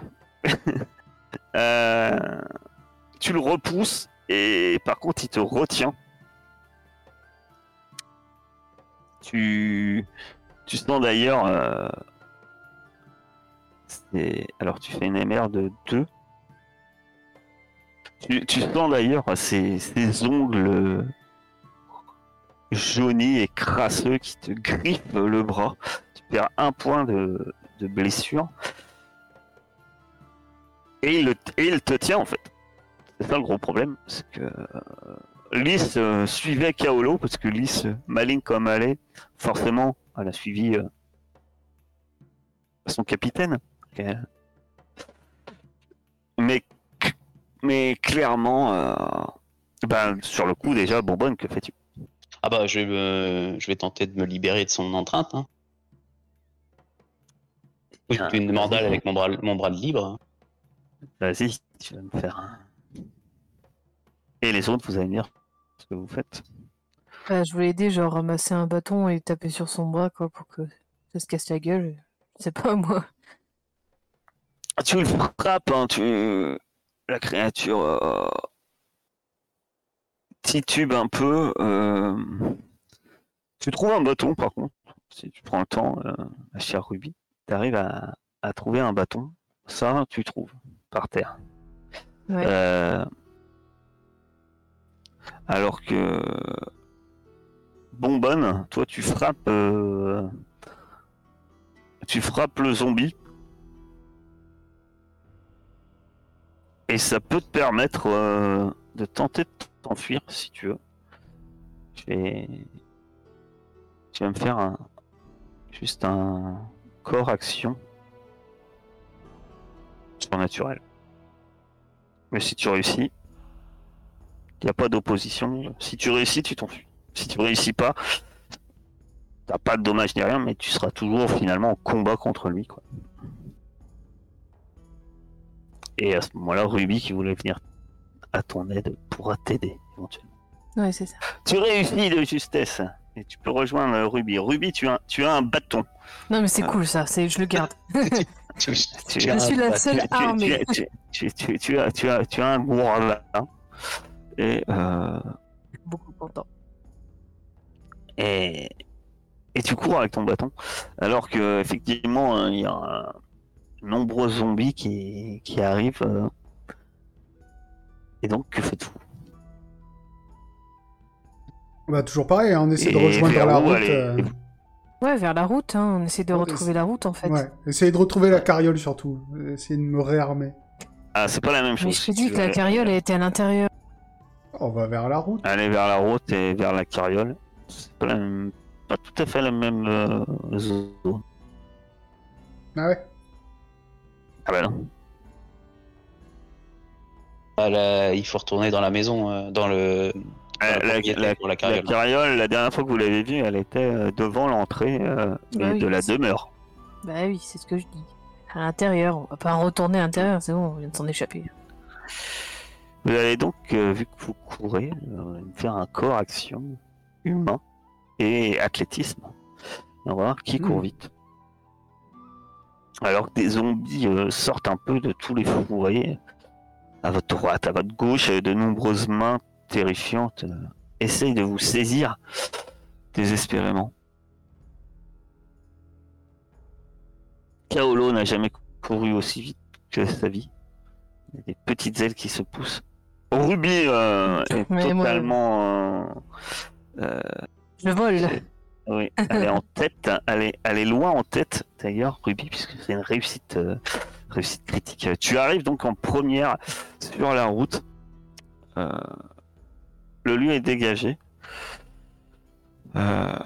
euh, tu le repousses et par contre il te retient. Tu, tu sens d'ailleurs. Euh, c'est... Alors tu fais une M R de deux. Tu, tu sens d'ailleurs ces, ces ongles jaunis et crasseux qui te griffent le bras. Tu perds un point de, de blessure. Et il, le, et il te tient en fait. C'est ça le gros problème. C'est que euh, Lys euh, suivait Kaolo parce que Lys, euh, maligne comme elle est, forcément, elle a suivi euh, son capitaine. Okay. Mais, mais clairement, euh, ben, sur le coup déjà, Bonbonne, que fais-tu? Ah bah je vais, me... je vais tenter de me libérer de son empreinte. Hein. Oui, Ah, une mandale avec mon bras, mon bras de libre. Hein. Vas-y, tu vas me faire un. Et les autres, vous allez me dire ce que vous faites. Bah, je voulais aider, genre ramasser un bâton et taper sur son bras, quoi, pour que ça se casse la gueule. Je sais pas, moi. Tu le frappes, hein, tu... la créature euh... titube un peu. Euh... Tu trouves un bâton, par contre. Si tu prends le temps, euh, ma chère Ruby, tu arrives à... à trouver un bâton. Ça, tu trouves par terre. Ouais. Euh... Alors que Bonbonne, toi, tu frappes, euh... tu frappes le zombie. Et ça peut te permettre euh, de tenter de t'enfuir si tu veux. Je vais... Tu vas me faire un... juste un corps action surnaturel. Mais si tu réussis, il n'y a pas d'opposition. Si tu réussis, tu t'enfuis. Si tu réussis pas, t'as pas de dommages ni rien, mais tu seras toujours finalement en combat contre lui, quoi. Et à ce moment-là, Ruby qui voulait venir à ton aide pourra t'aider éventuellement. Ouais, c'est ça. Tu réussis de justesse et tu peux rejoindre Ruby. Ruby, tu as, tu as un bâton. Non, mais c'est Ah. cool ça, c'est... je le garde. Tu- Tu Je as- suis la seule tu- tu- armée. Tu, tu, tu, tu as, tu, as, tu as un gourlin et, euh, Beaucoup content. et, et tu cours avec ton bâton. Alors que effectivement, hein, il y a euh, nombreux zombies qui, qui arrivent. euh, et donc, que faites-vous? Bah, toujours pareil, hein, on essaie de Et rejoindre vers la où route. allez- euh, Ouais, vers la route, hein. On essaie de Ouais, retrouver c'est- la route en fait. Ouais, essayer de retrouver la carriole surtout. Essayer de me réarmer. Ah, c'est pas la même Mais chose. je si te dis tu que veux la aller- carriole elle était à l'intérieur. On va vers la route. Aller vers la route et vers la carriole, c'est pas, la même- pas tout à fait la même euh, zone. Ah ouais. Ah bah non. Ah, là, il faut retourner dans la maison, euh, dans le. Dans Euh, la, la, propriété, la- pour la la carriole. carriole, la dernière fois que vous l'avez vue, elle était euh, devant l'entrée euh, mais Bah oui, de la c'est- demeure. Bah oui, c'est ce que je dis. À l'intérieur, on va pas retourner à l'intérieur, c'est bon, on vient de s'en échapper. Vous allez donc, euh, vu que vous courez, euh, faire un corps action humain et athlétisme. Et on va voir qui court Hmm. vite. Alors que des zombies euh, sortent un peu de tous les fous, vous voyez, à votre droite, à votre gauche, euh, de nombreuses mains terrifiantes euh, essayent de vous saisir désespérément. Kaolo n'a jamais couru aussi vite que sa vie. Il y a des petites ailes qui se poussent. Ruby euh, est Mais moi- totalement... euh, euh, Je vole. c'est- oui, elle est en tête, elle est, elle est loin en tête d'ailleurs, Ruby, puisque c'est une réussite, euh, réussite critique. Tu arrives donc en première sur la route. Euh, le lieu est dégagé. Euh,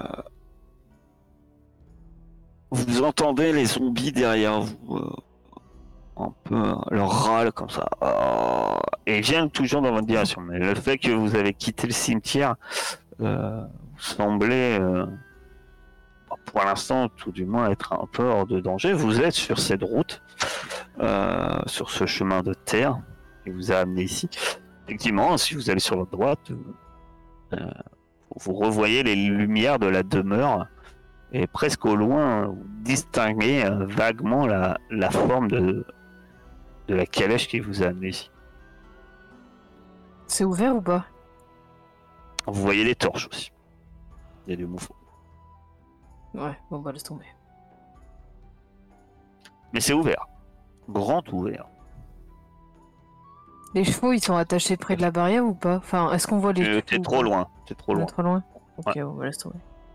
vous entendez les zombies derrière vous, euh, un peu euh, leur râle comme ça, euh, et viennent toujours dans votre direction. Mais le fait que vous avez quitté le cimetière, euh, vous semblez, euh, pour l'instant, tout du moins, être un peu hors de danger. Vous êtes sur cette route, euh, sur ce chemin de terre qui vous a amené ici. Effectivement, si vous allez sur votre droite, euh, vous revoyez les lumières de la demeure et presque au loin, vous distinguez euh, vaguement la, la forme de, de la calèche qui vous a amené ici. C'est ouvert ou pas? Vous voyez les torches aussi. Il y a du mouvement. Ouais, bon bah laisse tomber. Mais c'est ouvert. Grand ouvert. Les chevaux, ils sont attachés près de la barrière ou pas? Enfin, est-ce qu'on voit les Euh, chevaux T'es ou trop pas? loin. T'es trop On est loin. trop loin? Ok, Ouais. bon bah laisse tomber.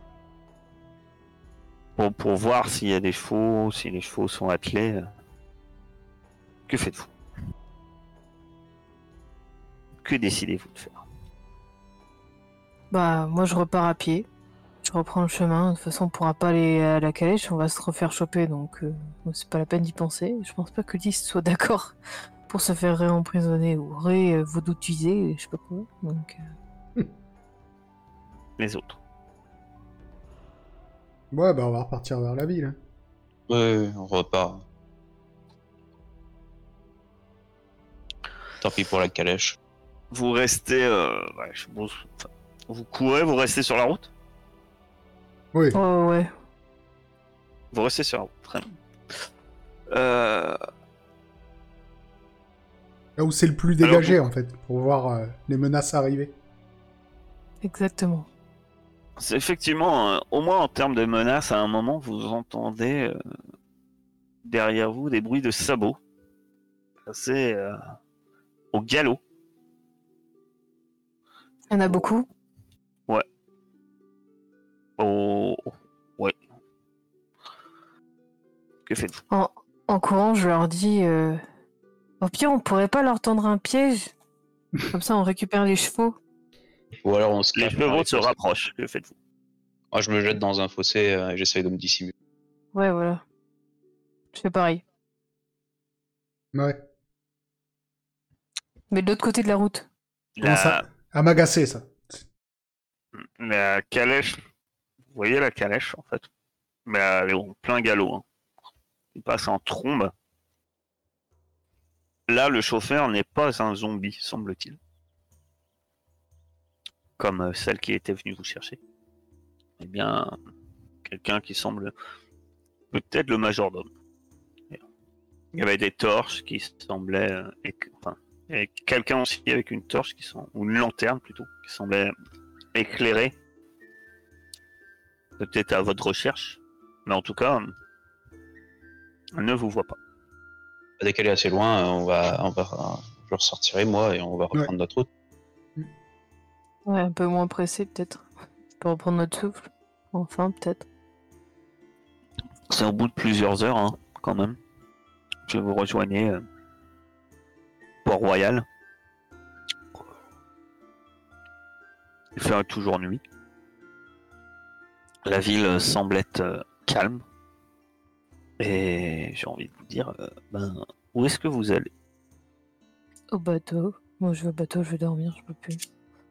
Pour, pour voir s'il y a des chevaux, si les chevaux sont attelés. euh, Que faites-vous? Que décidez-vous de faire? Bah, moi je repars à pied. Je reprends le chemin. De toute façon, on pourra pas aller à la calèche, on va se refaire choper, donc euh, c'est pas la peine d'y penser. Je pense pas que Lys soit d'accord pour se faire réemprisonner ou ré-vaudouiser, je sais pas quoi. Donc, euh, Les autres. Ouais, bah on va repartir vers la ville. hein. Ouais, on repart. Tant pis pour la calèche. Vous restez... euh, ouais, je pense- enfin, vous courez, vous restez sur la route? Oui. oh ouais. Vous restez sur la route. Très bien. Euh... Là où c'est le plus Alors, dégagé, vous- en fait, pour voir euh, les menaces arriver. Exactement. C'est effectivement, euh, au moins en termes de menaces, à un moment, vous entendez euh, derrière vous des bruits de sabots. C'est euh, au galop. Il y en a beaucoup. Au... Ouais. Que faites-vous? En, en courant, je leur dis euh, au pire, on pourrait pas leur tendre un piège. Comme ça, on récupère les chevaux. Ou alors on se Les cache dans chevaux les se fossés. rapprochent. Que faites-vous? Moi, je me jette dans un fossé euh, et j'essaye de me dissimuler. Ouais, voilà. Je fais pareil. Ouais. Mais de l'autre côté de la route. Commence La... à, à m'agacer, ça. la calèche, vous voyez la calèche en fait, mais elle est en plein galop. Hein. Il passe en trombe. Là, le chauffeur n'est pas un zombie, semble-t-il. Comme euh, celle qui était venue vous chercher. Eh bien, quelqu'un qui semble peut-être le majordome. Il y avait des torches qui semblaient... euh, éc- enfin, il y avait quelqu'un aussi avec une torche, qui sont, ou une lanterne plutôt, qui semblait éclairer. Peut-être à votre recherche. Mais en tout cas, elle ne vous voit pas. Dès qu'elle est assez loin, euh, on va, on va, je ressortirai moi et on va reprendre Ouais. notre route. Ouais, un peu moins pressé peut-être. On peut reprendre notre souffle. Enfin, peut-être. C'est au bout de plusieurs heures, hein, quand même, que vous rejoignez euh, Port-Royal. Il fait toujours nuit. La ville euh, semble être euh, calme. Et j'ai envie de vous dire, euh, ben, où est-ce que vous allez? Au bateau. Moi, je vais au bateau, je vais dormir, je peux plus.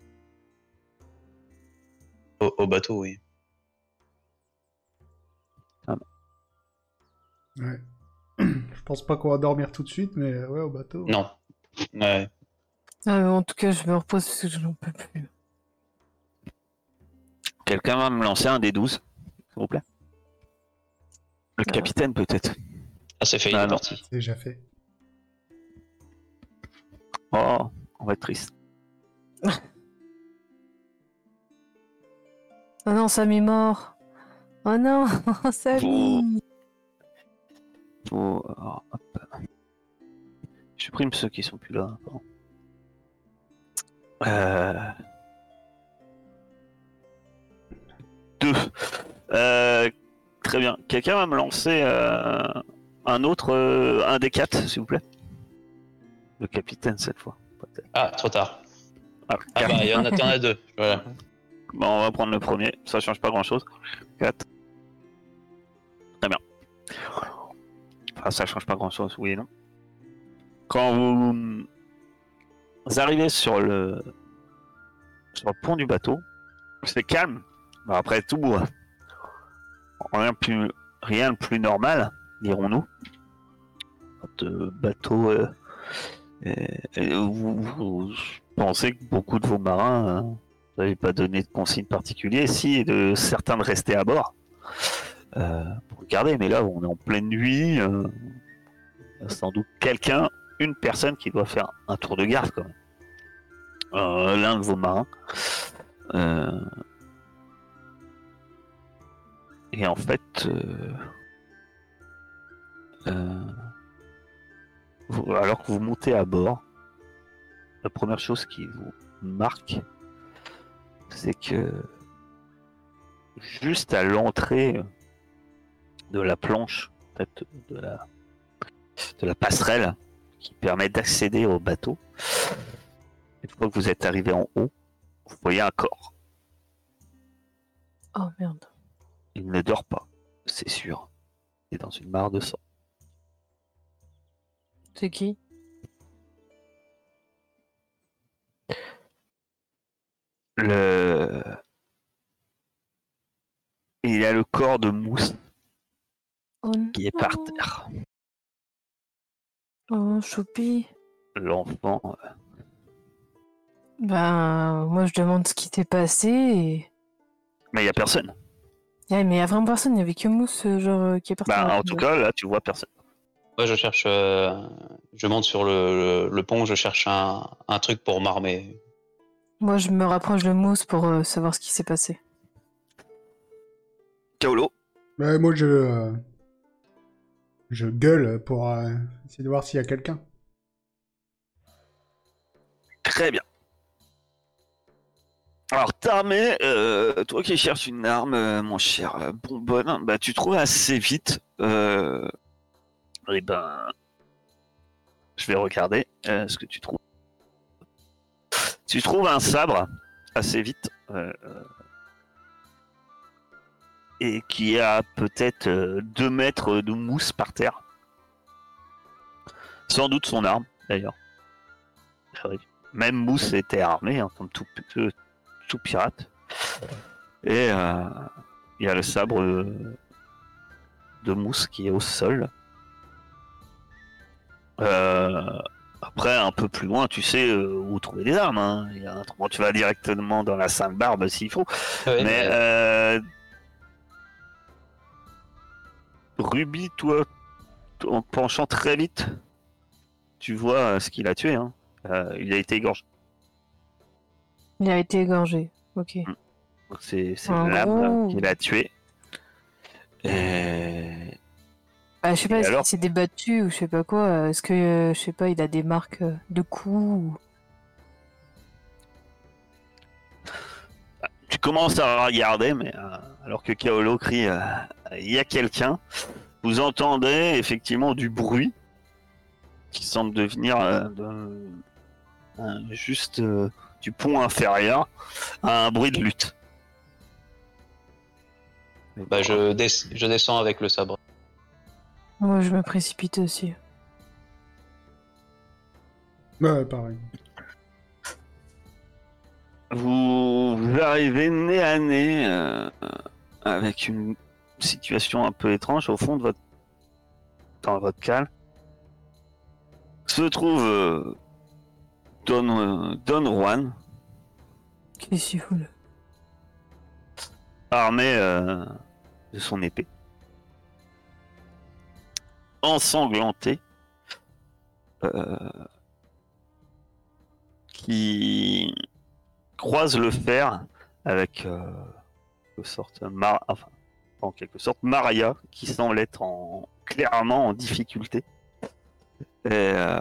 Au, au bateau, oui. Ouais. Je pense pas qu'on va dormir tout de suite, mais ouais, au bateau. Non. Ouais. Ah, mais en tout cas, je me repose parce que je n'en peux plus. Quelqu'un va me lancer un des douze, s'il vous plaît. Le Ah. capitaine, peut-être. Ah, c'est fait, il Ah, est non. parti. C'est déjà fait. Oh, on va être triste. Oh non, Sam est mort. Oh non, Samy. Faut... alors, hop. Je supprime ceux qui sont plus là. Pardon. Euh... Deux. Euh... Très bien. Quelqu'un va me lancer euh, un autre, euh, un des quatre, s'il vous plaît. Le capitaine cette fois. Peut-être. Ah, trop tard. Ah, Ah quatre. bah, il y en a, t'en as deux. Voilà. Bon, on va prendre le premier. Ça change pas grand-chose. quatre. Très bien. Enfin, ça change pas grand-chose, oui et non. Quand vous... vous arrivez sur le sur le pont du bateau, c'est calme. Bon, après tout, rien de plus rien de plus normal, dirons-nous. Votre bateau, euh, et, et vous, vous pensez que beaucoup de vos marins, hein, vous n'avez pas donné de consigne particulière, si de certains de rester à bord. Euh, pour regarder, mais là, on est en pleine nuit. Euh, il y a sans doute quelqu'un, une personne qui doit faire un tour de garde quand même. Euh, l'un de vos marins. Euh... Et en fait, euh... Euh... vous- alors que vous montez à bord, la première chose qui vous marque, c'est que juste à l'entrée de la planche, en fait, de la, de la passerelle qui permet d'accéder au bateau, une fois que vous êtes arrivé en haut, vous voyez un corps. Oh merde. Il ne dort pas, c'est sûr. Il est dans une mare de sang. C'est qui? Le... Il y a le corps de Mousse Oh non. qui est par terre. Oh, choupi. L'enfant, euh, Ben, moi, je demande ce qui s'est passé et... mais il n'y a personne. Ouais, mais il y a vraiment personne, il n'y avait que Mousse, euh, genre, euh, qui est parti. Bah, dans la en tout tombe. cas, là, tu vois personne. Ouais, je cherche. euh, Je monte sur le, le, le pont, je cherche un, un truc pour m'armer. Moi, je me rapproche de Mousse pour euh, savoir ce qui s'est passé. Kaolo, Ouais, moi, je... euh, Je gueule pour euh, essayer de voir s'il y a quelqu'un. très bien. Alors, t'armé, euh, toi qui cherches une arme, euh, mon cher euh, bonbonne, bah, tu trouves assez vite. Euh... Et ben, je vais regarder euh, ce que tu trouves. Tu trouves un sabre assez vite. Euh, euh, et qui a peut-être euh, deux mètres de mousse par terre. Sans doute son arme, d'ailleurs. Même Mousse était armé, hein, comme tout, tout, tout pirate. Et euh, il y a le sabre euh, de Mousse qui est au sol. Euh, après, un peu plus loin, tu sais euh, où trouver des armes. Hein. Il y a un... bon, tu vas directement dans la Sainte-Barbe s'il faut. Ouais, mais mais- euh... Ruby, toi, en penchant très vite, tu vois euh, ce qu'il a tué. Hein. Euh, il a été égorgé. Il a été égorgé, ok. C'est c'est En l'âme gros- qui l'a tué. Et... Bah, je sais pas, Et est-ce alors qu'il s'est débattu ou je sais pas quoi. Est-ce que, euh, je sais pas, il a des marques euh, de coups ou... Tu commences à regarder, mais euh, alors que Kaolo crie euh, il y a quelqu'un, vous entendez effectivement du bruit qui semble devenir euh, de- euh, juste euh, du pont inférieur à un bruit de lutte. Mais Bah, bon, je, des- je descends avec le sabre. Moi, je me précipite aussi. Ouais, pareil. vous arrivez nez à nez euh, avec une situation un peu étrange au fond de votre dans votre cale. Se trouve euh, Don, euh, Don Juan, Qu'est-ce qu'il fout là? armé euh, de son épée, ensanglanté, euh, qui croise le fer avec euh, quelque sorte Mar- enfin, en quelque sorte Maria, qui semble être en clairement en difficulté. Et euh,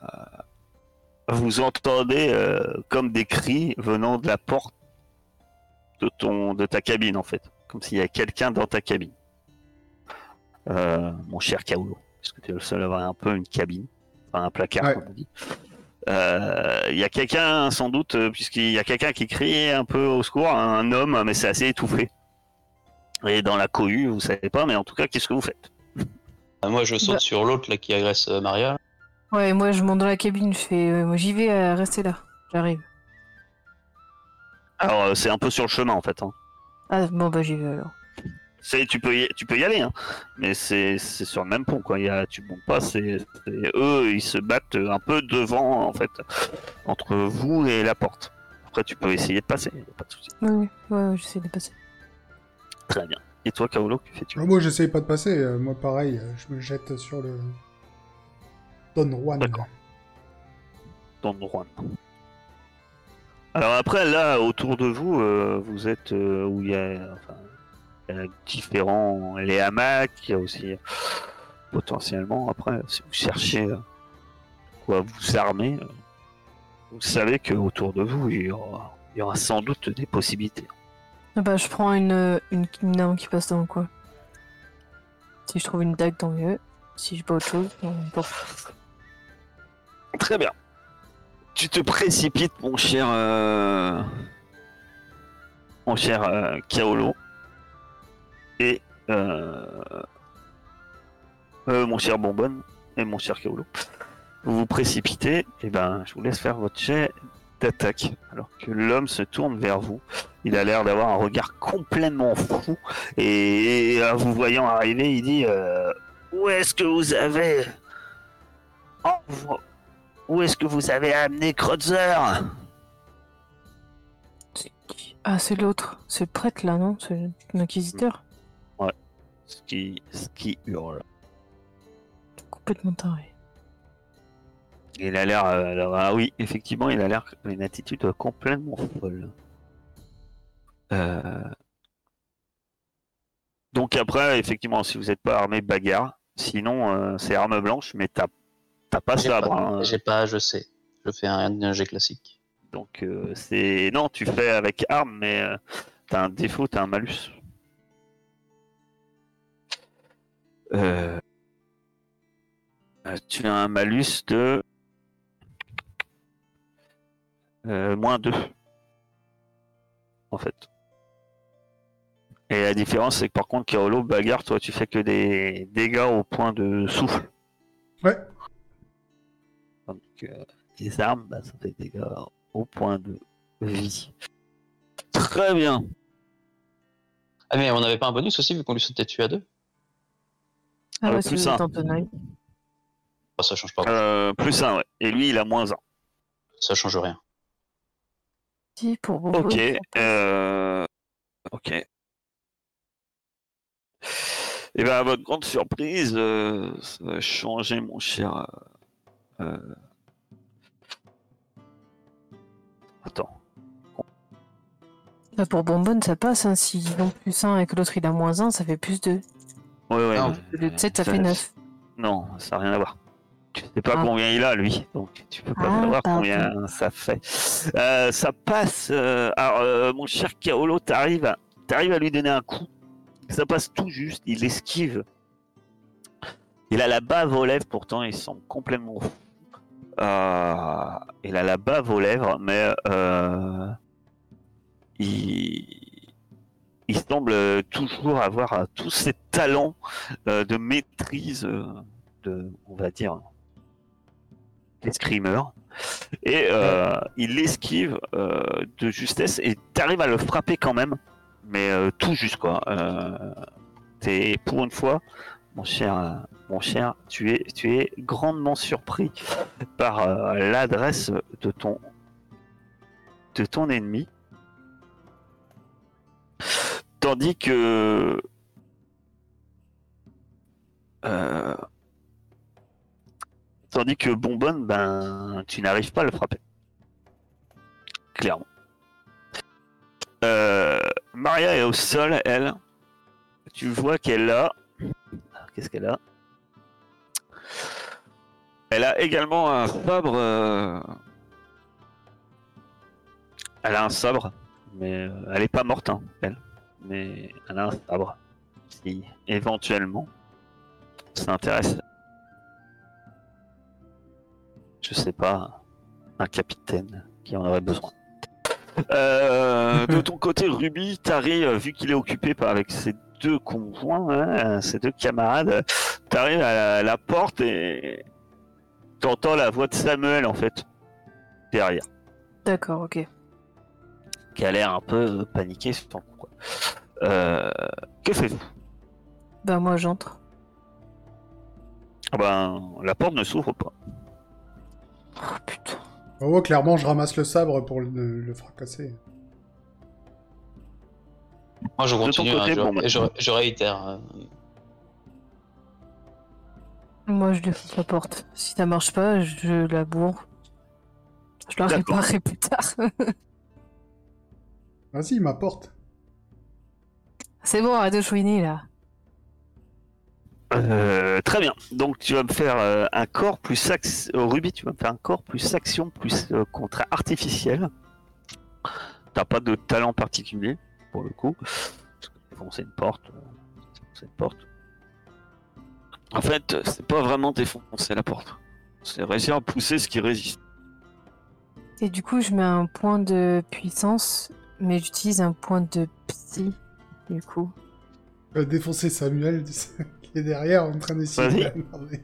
vous entendez euh, comme des cris venant de la porte de ton de ta cabine en fait, comme s'il y avait quelqu'un dans ta cabine. Euh, mon cher Kaolo, parce que tu es le seul à avoir un peu une cabine, enfin un placard Ouais. comme on dit. Euh, Il y a quelqu'un sans doute, euh, puisqu'il y a quelqu'un qui crie un peu au secours, un homme, mais c'est assez étouffé. Et dans la cohue, vous savez pas, mais en tout cas, qu'est-ce que vous faites? Euh, Moi, je saute Bah. sur l'autre là qui agresse euh, Maria. Ouais, moi je monte dans la cabine, je fais. euh, moi j'y vais, euh, restez là. J'arrive. Alors, euh, c'est un peu sur le chemin en fait. Hein. Ah, bon bah j'y vais alors. C'est, tu peux y, tu peux y aller, hein. Mais c'est, c'est sur le même pont quoi. Il y a, tu montes pas, c'est, c'est eux, ils se battent un peu devant en fait, entre vous et la porte. Après, tu peux essayer de passer, y a pas de souci. Oui, oui, ouais, ouais, j'essaie de passer. Très bien. Et toi, Kaolo, que fais-tu? Ah, moi, j'essaye pas de passer. euh, Moi, pareil, euh, je me jette sur le Don Juan. D'accord. Dans le Juan. Alors après, là, autour de vous, euh, vous êtes euh, où il y a, enfin, il y a différents, les hamacs, il y a aussi euh, potentiellement, après, si vous cherchez euh, quoi vous armer, euh, vous savez que autour de vous, il y aura, il y aura sans doute des possibilités. Ah bah je prends une, une, une arme qui passe dans le coin. Si je trouve une dague, tant mieux. Si j'ai pas autre chose, non, bon. Très bien. Tu te précipites, mon cher, euh, mon cher euh, Kaolo, et euh, euh, mon cher Bonbonne et mon cher Kaolo. Vous vous précipitez, et ben, je vous laisse faire votre jet d'attaque, alors que l'homme se tourne vers vous. Il a l'air d'avoir un regard complètement fou, et, et en vous voyant arriver, il dit euh, où est-ce que vous avez, oh, où est-ce que vous avez amené Kreutzer? C'est qui Ah, c'est l'autre. C'est le prêtre là, non? C'est l'inquisiteur. Ce qui, ce qui hurle. Complètement taré. Il a l'air, euh, alors, ah oui, effectivement, il a l'air une attitude complètement folle. Euh... Donc après, effectivement, si vous n'êtes pas armé, bagarre. Sinon, euh, c'est arme blanche, mais t'as, t'as pas J'ai sabre. pas, Hein. j'ai pas, je sais. Je fais un, un jet classique. Donc euh, c'est non, tu fais avec arme, mais euh, t'as un défaut, t'as un malus. Euh... euh, Tu as un malus de euh, moins deux, en fait. Et la différence, c'est que par contre, Kaolo, bagarre, toi, tu fais que des dégâts au point de souffle. Ouais. Donc, euh, les armes, bah, ça fait des dégâts au point de vie. Très bien. Ah, mais on n'avait pas un bonus aussi vu qu'on lui sautait dessus à deux? Ah Euh, ouais, plus c'est un. Tantonai. Oh, ça change pas. Euh, plus un, ouais. Et lui, il a moins un. Ça change rien. Si, pour bon. Ok. Euh... Ok. Et bien, à votre grande surprise, euh, ça va changer, mon cher. Euh... euh, Attends. Là, pour Bonbonne, ça passe. Hein. S'ils ont plus un et que l'autre il a moins un, ça fait plus deux. Ouais, ouais. Non. Le sept, ça fait neuf. Non, ça n'a rien à voir. Tu sais pas Ah. combien il a, lui. Donc, tu peux pas Ah, savoir pardon. combien ça fait. Euh, ça passe. Euh... Alors, euh, mon cher Kaolo, t'arrives à... t'arrives à lui donner un coup. Ça passe tout juste. Il esquive. Il a la bave aux lèvres, pourtant, il semble complètement fou. Euh... Il a la bave aux lèvres, mais euh... il... il semble toujours avoir euh, tous ses talents euh, de maîtrise, euh, de, on va dire, l'escrimeur. Et euh, il l'esquive euh, de justesse et t'arrives à le frapper quand même, mais euh, tout juste quoi. Euh, t'es pour une fois, mon cher, euh, mon cher, tu es, tu es grandement surpris par euh, l'adresse de ton, de ton ennemi, tandis que euh, tandis que Bonbonne, ben, tu n'arrives pas à le frapper. Clairement. Euh, Maria est au sol, elle. Tu vois qu'elle a... Qu'est-ce qu'elle a? Elle a également un sabre... euh, Elle a un sabre, mais euh, elle est pas morte, hein, elle. Mais elle a un sabre. Si éventuellement ça intéresse... Je sais pas, un capitaine qui en aurait besoin. Euh, de ton côté, Ruby, t'arrives, vu qu'il est occupé par avec ses deux conjoints, hein, ses deux camarades, t'arrives à la, la porte et t'entends la voix de Samuel en fait derrière, D'accord, ok. qui a l'air un peu paniqué sur ton coup, quoi. Euh, que faites-vous? Bah moi j'entre. Ah ben, la porte ne s'ouvre pas. Oh putain. Oh, ouais, clairement, je ramasse le sabre pour le, le fracasser. Moi, je ton continue, côté, hein, je, bon, bah. je, je réitère. euh, Moi je défonce la porte. Si ça marche pas, je la bourre. Je la D'accord. réparerai plus tard. Vas-y, ma porte. C'est bon, arrête de chouiner là. Euh, très bien. Donc tu vas me faire euh, un corps plus action. Euh, Ruby, tu vas me faire un corps plus action plus euh, contre artificiel. T'as pas de talent particulier pour le coup. Défoncer une porte. euh, défoncer une porte. En fait, c'est pas vraiment défoncer la porte. C'est réussir à pousser ce qui résiste. Et du coup, je mets un point de puissance, mais j'utilise un point de psy. Du coup. Je vais défoncer Samuel qui est derrière en train d'essayer de Vas-y. m'emmerder.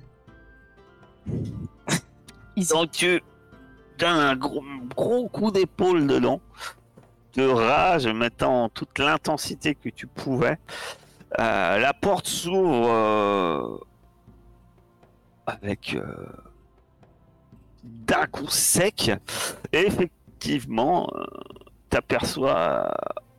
Easy. Donc tu donnes un gros, gros coup d'épaule dedans, de rage, mettant toute l'intensité que tu pouvais. Euh, la porte s'ouvre euh, avec euh, d'un coup sec, et effectivement, euh, t'aperçois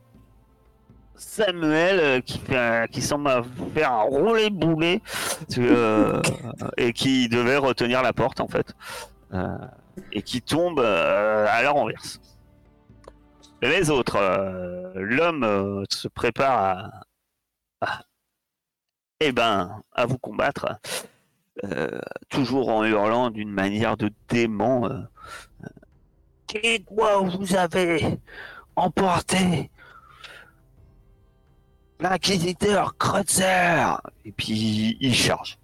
Samuel euh, qui, fait, qui semble faire un roulé boulet euh, et qui devait retenir la porte en fait. Euh, et qui tombe euh, à leur renverse. Les autres, euh, l'homme euh, se prépare à, à, eh ben, à vous combattre, euh, toujours en hurlant d'une manière de dément. Euh, Qui quoi vous avez emporté l'inquisiteur Kreutzer? Et puis il charge.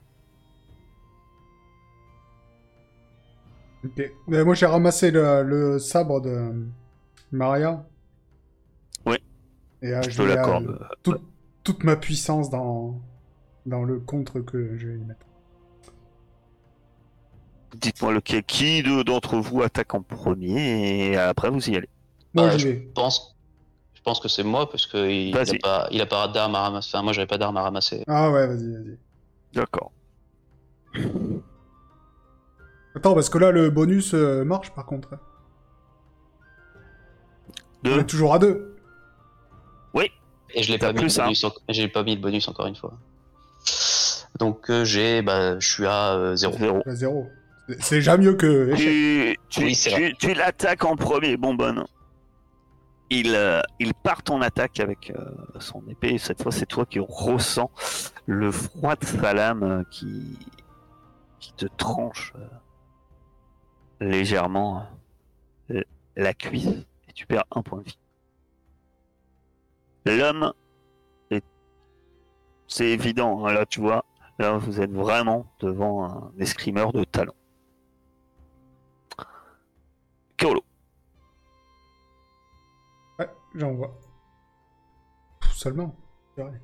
Ok. Mais moi, j'ai ramassé le, le sabre de Maria. Oui. Et euh, Je je te mets l'accorde. euh, toute, toute ma puissance dans, dans le contre que je vais y mettre. Dites-moi lequel, qui de- d'entre vous attaque en premier et après vous y allez. Moi, bah, j'y je vais. pense, je pense que c'est moi parce que il, il Vas-y. a pas, il a pas d'armes à ramasser. Enfin, moi, j'avais pas d'armes à ramasser. Ah ouais, vas-y, vas-y. D'accord. Attends, parce que là, le bonus euh, marche par contre. On Deux. est toujours à deux. Oui. Et je l'ai T'as pas mis plus le un. bonus. en- J'ai pas mis le bonus encore une fois. Donc euh, j'ai, bah, je suis à euh, zéro. Zéro. À zéro. C'est- C'est déjà mieux que échec. Tu, tu, Oui, c'est tu, tu l'attaques en premier, Bonbonne. Il, euh, il part ton attaque avec euh, son épée. Et cette fois, c'est toi qui ressens le froid de sa lame euh, qui, qui te tranche euh, légèrement euh, la cuisse. Et tu perds un point de vie. L'homme, est- c'est évident. Hein, là, tu vois, là, vous êtes vraiment devant un escrimeur de talent. Kaolo. Ouais, j'en vois. Pff, seulement. C'est vrai.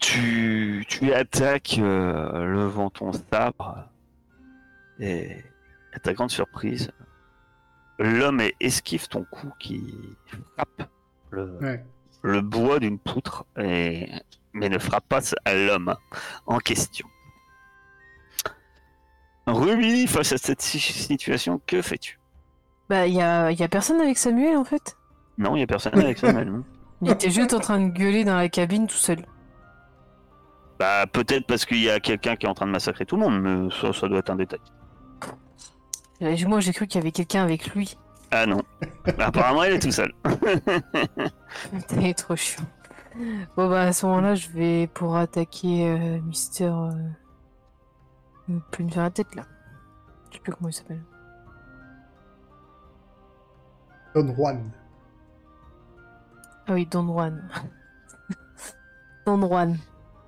Tu, tu attaques euh, levant ton sabre et à ta grande surprise, l'homme esquive ton coup qui frappe le, Ouais. le bois d'une poutre, et... mais ne frappe pas à l'homme en question. Ruby, face à cette situation, que fais-tu? Bah, y a, y a personne avec Samuel en fait. Non, il n'y a personne avec Samuel. Non. Il était juste en train de gueuler dans la cabine tout seul. Bah, peut-être parce qu'il y a quelqu'un qui est en train de massacrer tout le monde, mais ça, ça doit être un détail. Euh, Moi j'ai cru qu'il y avait quelqu'un avec lui. Ah non. Apparemment, il est tout seul. T'es trop chiant. Bon bah à ce moment-là je vais pour attaquer euh, Mister... Euh... euh, plus me faire la tête là. Je sais plus comment il s'appelle. Don Juan. Ah oui, Don Juan. Don Juan.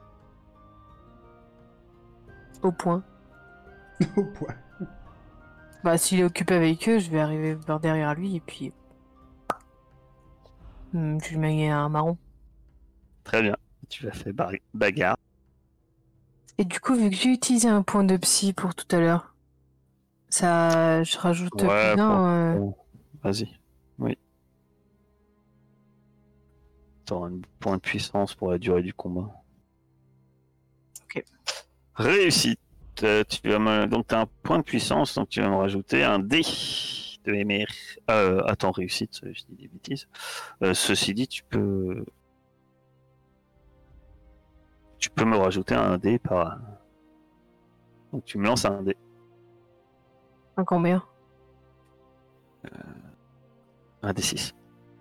Au point. Au point. Bah s'il est occupé avec eux, je vais arriver par derrière lui et puis... Hmm, je lui mets un marron. Très bien. Tu vas faire bar- bagarre. Et du coup, vu que j'ai utilisé un point de psy pour tout à l'heure, ça... je rajoute Ouais, combien pour- euh, pour- Vas-y. Oui. T'auras un point de puissance pour la durée du combat. Ok. Réussite. Euh, tu vas me... Donc, tu as un point de puissance, donc tu vas me rajouter un dé de M R. Euh, attends, réussite, je dis des bêtises. Euh, ceci dit, tu peux. Tu peux me rajouter un dé par. Donc, tu me lances un dé. Un combien? Un dé six.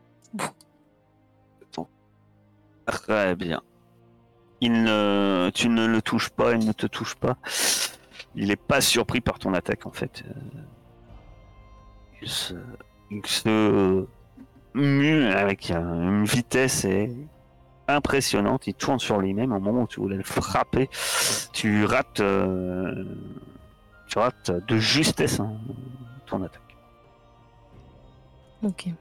Très bien. Il ne... Tu ne le touches pas, il ne te touche pas. Il est pas surpris par ton attaque en fait. Euh, Il se, il se mue avec une vitesse et- impressionnante. Il tourne sur lui-même au moment où tu voulais le frapper. Tu rates, euh, tu rates de justesse hein, ton attaque. Ok.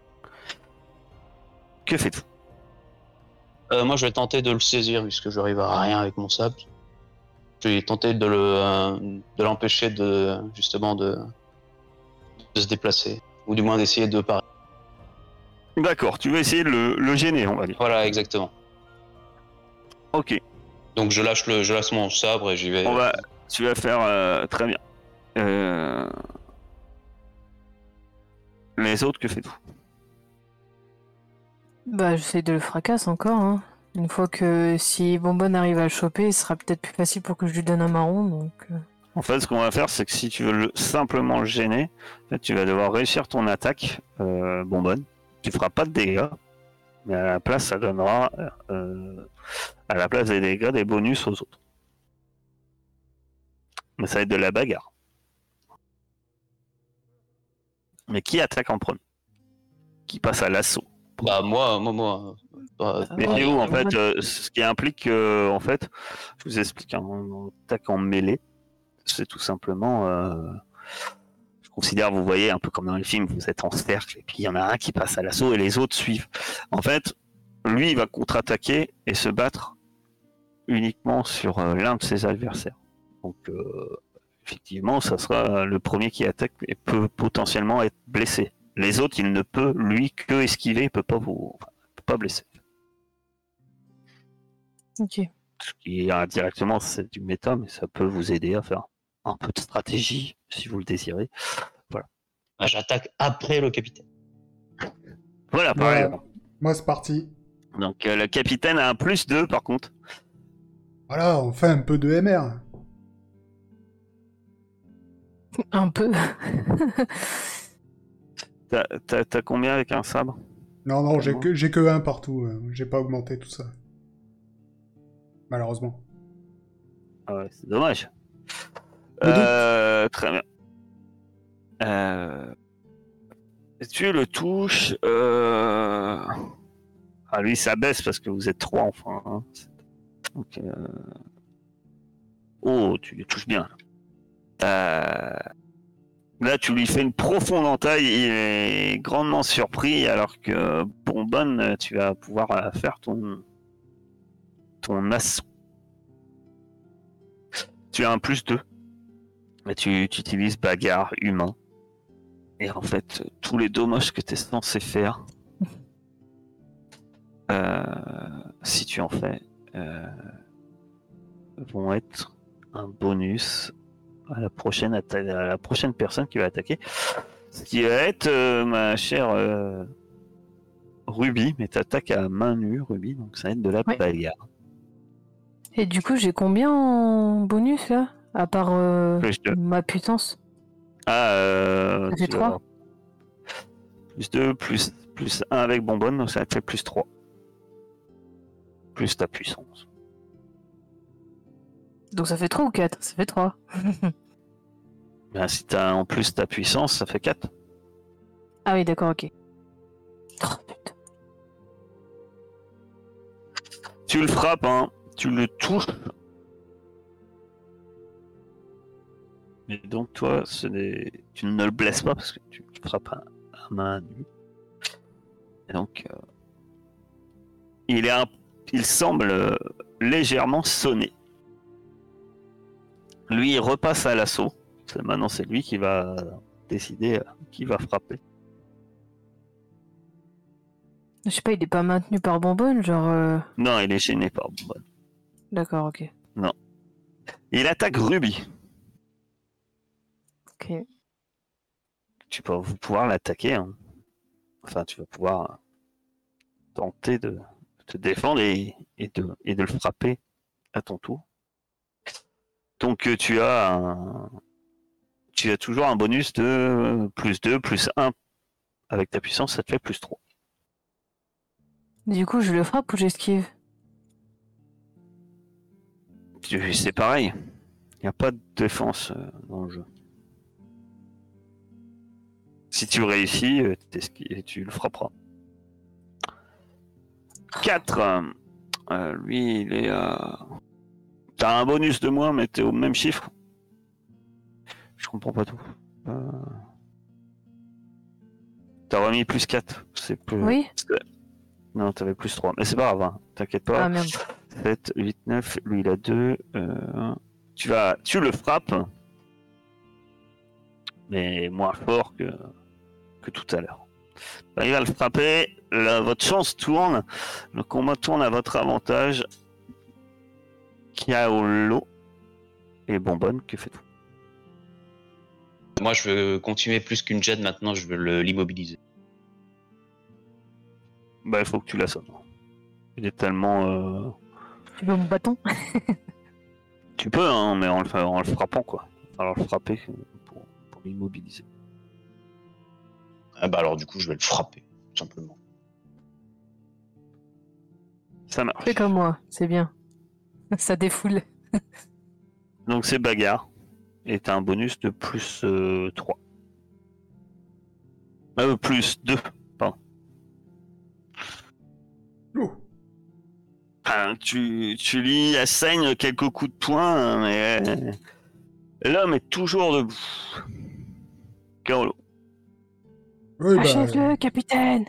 Que fais-tu? Euh, moi, je vais tenter de le saisir puisque j'arrive à rien avec mon sable. Je vais tenter de le, euh, de l'empêcher de justement de, de se déplacer, ou du moins d'essayer de parer. D'accord, tu vas essayer de le, le gêner, on va dire. Voilà, exactement. Ok, Donc je lâche le, je lâche mon sabre et j'y vais. on va, tu vas faire euh, très bien. Euh, Les autres, que fais-tu? Bah j'essaie de le fracasser encore. Hein. Une fois que si Bonbonne arrive à le choper, ce sera peut-être plus facile pour que je lui donne un marron. Donc. euh, En fait, ce qu'on va faire, c'est que si tu veux le, simplement le gêner, en fait, tu vas devoir réussir ton attaque euh, bonbonne. Tu feras pas de dégâts, mais à la place, ça donnera euh, à la place des dégâts des bonus aux autres. Mais ça va être de la bagarre. Mais qui attaque en premier? Qui passe à l'assaut? Bah moi, moi, moi. bah, Ah Mais ouais, où, en ouais. fait, euh, ce qui implique que, en fait, je vous explique, hein, en attaque en mêlée, c'est tout simplement, euh, je considère, vous voyez, un peu comme dans les films, vous êtes en cercle, et puis il y en a un qui passe à l'assaut et les autres suivent. En fait, lui, il va contre-attaquer et se battre uniquement sur euh, l'un de ses adversaires. Donc, euh, effectivement, ça sera le premier qui attaque et peut potentiellement être blessé. Les autres, il ne peut, lui, que esquiver, il peut pas vous, enfin, il peut pas blesser. Ok. Ce qui est indirectement, c'est du méta, mais ça peut vous aider à faire un peu de stratégie, si vous le désirez. bah, j'attaque après le capitaine. Voilà, par Voilà. exemple. Moi, c'est parti. Donc, euh, le capitaine a un plus deux, par contre. Voilà, on fait un peu de M R. Un peu. T'as, t'as- t'as combien avec un sabre? Non, non, j'ai Comment que, j'ai que un partout. euh, J'ai pas augmenté tout ça. Malheureusement. Ah ouais, c'est dommage. Me doute. Euh, très bien. Euh, tu le touches. Euh... Ah, lui, ça baisse parce que vous êtes trois, enfin. Hein. Donc, euh... Oh, tu le touches bien. Euh... Là, tu lui fais une profonde entaille. Il est grandement surpris, alors que Bonbonne, tu vas pouvoir euh, faire ton ton assaut. Tu as un plus deux. Mais tu, tu utilises bagarre humain. Et en fait, tous les dommages que tu es censé faire, euh, si tu en fais, euh, vont être un bonus à la prochaine, atta- à la prochaine personne qui va attaquer. Ce qui va être euh, ma chère euh, Ruby, mais t'attaques à main nue, Ruby, donc ça va être de la Ouais. bagarre. Et du coup, j'ai combien en bonus là? À part euh, Plus deux. ma puissance? Ah, euh, Ça fait tu vas trois. avoir plus deux, plus, plus un avec bonbonne, donc ça te fait plus trois. Plus ta puissance. Donc ça fait trois ou quatre? Ça fait trois. Ben, si t'as en plus ta puissance, ça fait quatre. Ah oui, d'accord, ok. Oh, putain. Tu le frappes, hein, tu le touches. Mais donc toi, ce n'est... tu ne le blesses pas parce que tu le frappes à, à main nue. Et donc, euh, il, est un... il semble euh, légèrement sonné. Lui, il repasse à l'assaut. C'est- Maintenant, c'est lui qui va décider euh, qui va frapper. Je sais pas, il est pas maintenu par bonbonne, genre. euh, Non, il est gêné par bonbonne. D'accord, ok. Il attaque Ruby. Ok. Tu vas pouvoir l'attaquer. Hein. Enfin, tu vas pouvoir tenter de te défendre et, et, de, et de le frapper à ton tour. Donc euh, tu as un... tu as toujours un bonus de plus deux, plus un. Avec ta puissance, ça te fait plus trois. Du coup, je le frappe ou j'esquive? Tu- C'est pareil. Il n'y a pas de défense euh, dans le jeu. Si tu réussis, euh, t'esqui- tu le frapperas. quatre. Euh, lui, il est à... T'as un bonus de moins, mais t'es au même chiffre. Je comprends pas tout. Euh... T'as remis plus quatre. C'est plus... Oui. Non, t'avais plus trois. Mais c'est pas grave, hein. T'inquiète pas. Ah merde. sept, huit, neuf. Lui, il a deux. Euh... Tu, vas... tu le frappes. Mais moins fort que, que tout à l'heure. Ben, il va le frapper. Là, votre chance tourne. Le combat tourne à votre avantage. Kaolo et Bonbonne, que faites-vous? Moi, je veux continuer plus qu'une jet maintenant, je veux le- l'immobiliser. Bah, il faut que tu l'assommes. Il est tellement. Euh... Tu veux mon bâton? Tu peux, hein, mais en le, en le frappant, quoi. Alors le frapper pour, pour l'immobiliser. Ah bah alors, du coup, je vais le frapper, tout simplement. Ça marche. Fais comme moi, c'est bien. Ça défoule. Donc c'est bagarre. Et t'as un bonus de plus euh, trois. Euh, plus deux, pardon. Oh. Enfin, tu, tu lui assignes quelques coups de poing, mais euh, l'homme est toujours debout. Kaolo. Oui, bah, Achève-le, capitaine!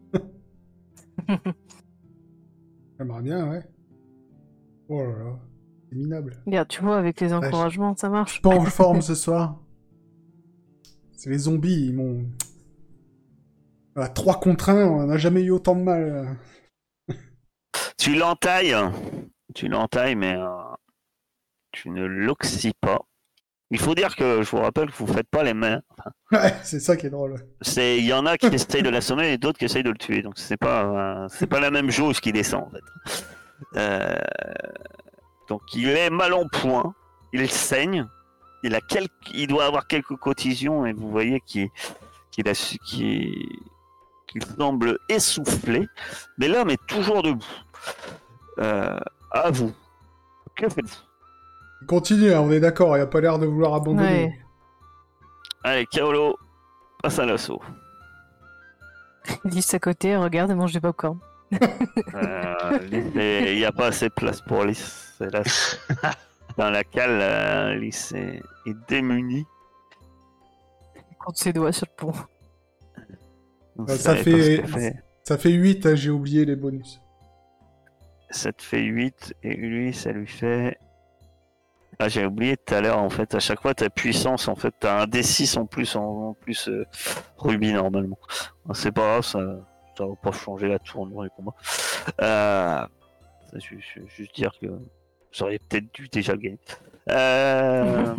j'aimerais bien, ouais. Oh là là, c'est minable. Regarde, tu vois, avec les encouragements, ça Je marche. suis pas en forme ce soir. C'est les zombies, ils m'ont... À trois contre un, on n'a jamais eu autant de mal. Tu l'entailles. Tu l'entailles, mais euh, tu ne l'oxys pas. Il faut dire que je vous rappelle que vous faites pas les mains. Ouais, c'est ça qui est drôle. C'est, il y en a qui essayent de l'assommer et d'autres qui essayent de le tuer. Donc c'est pas, euh, c'est pas la même jauge qui descend en fait. Euh, donc il est mal en point, il saigne, il a quelques, il doit avoir quelques contusions et vous voyez qu'il, qu'il a, su- qu'il, qu'il semble essoufflé, mais l'homme est toujours debout. Euh, à vous. Que faites-vous? Continue, hein, on est d'accord, il a pas l'air de vouloir abandonner. Ouais. Allez, Kaolo, passe à l'assaut. Lys à côté, regarde et mange du popcorn. Euh, il n'y a pas assez de place pour Lys. C'est là, dans la cale, euh, Lys est, est démuni. Il compte ses doigts sur le pont. Donc, Euh, vous ça savez fait- pas ce qu'elle fait. Ça fait huit, hein, j'ai oublié les bonus. Ça te fait huit et lui, ça lui fait Ah, j'ai oublié tout à l'heure, en fait, à chaque fois, ta puissance, en fait, t'as un D six en plus, en, en plus, euh, rubis, normalement. C'est pas grave, ça, ça va pas changer la tournure du combat. Euh, je, je, juste dire que j'aurais peut-être dû déjà le gagner. Euh,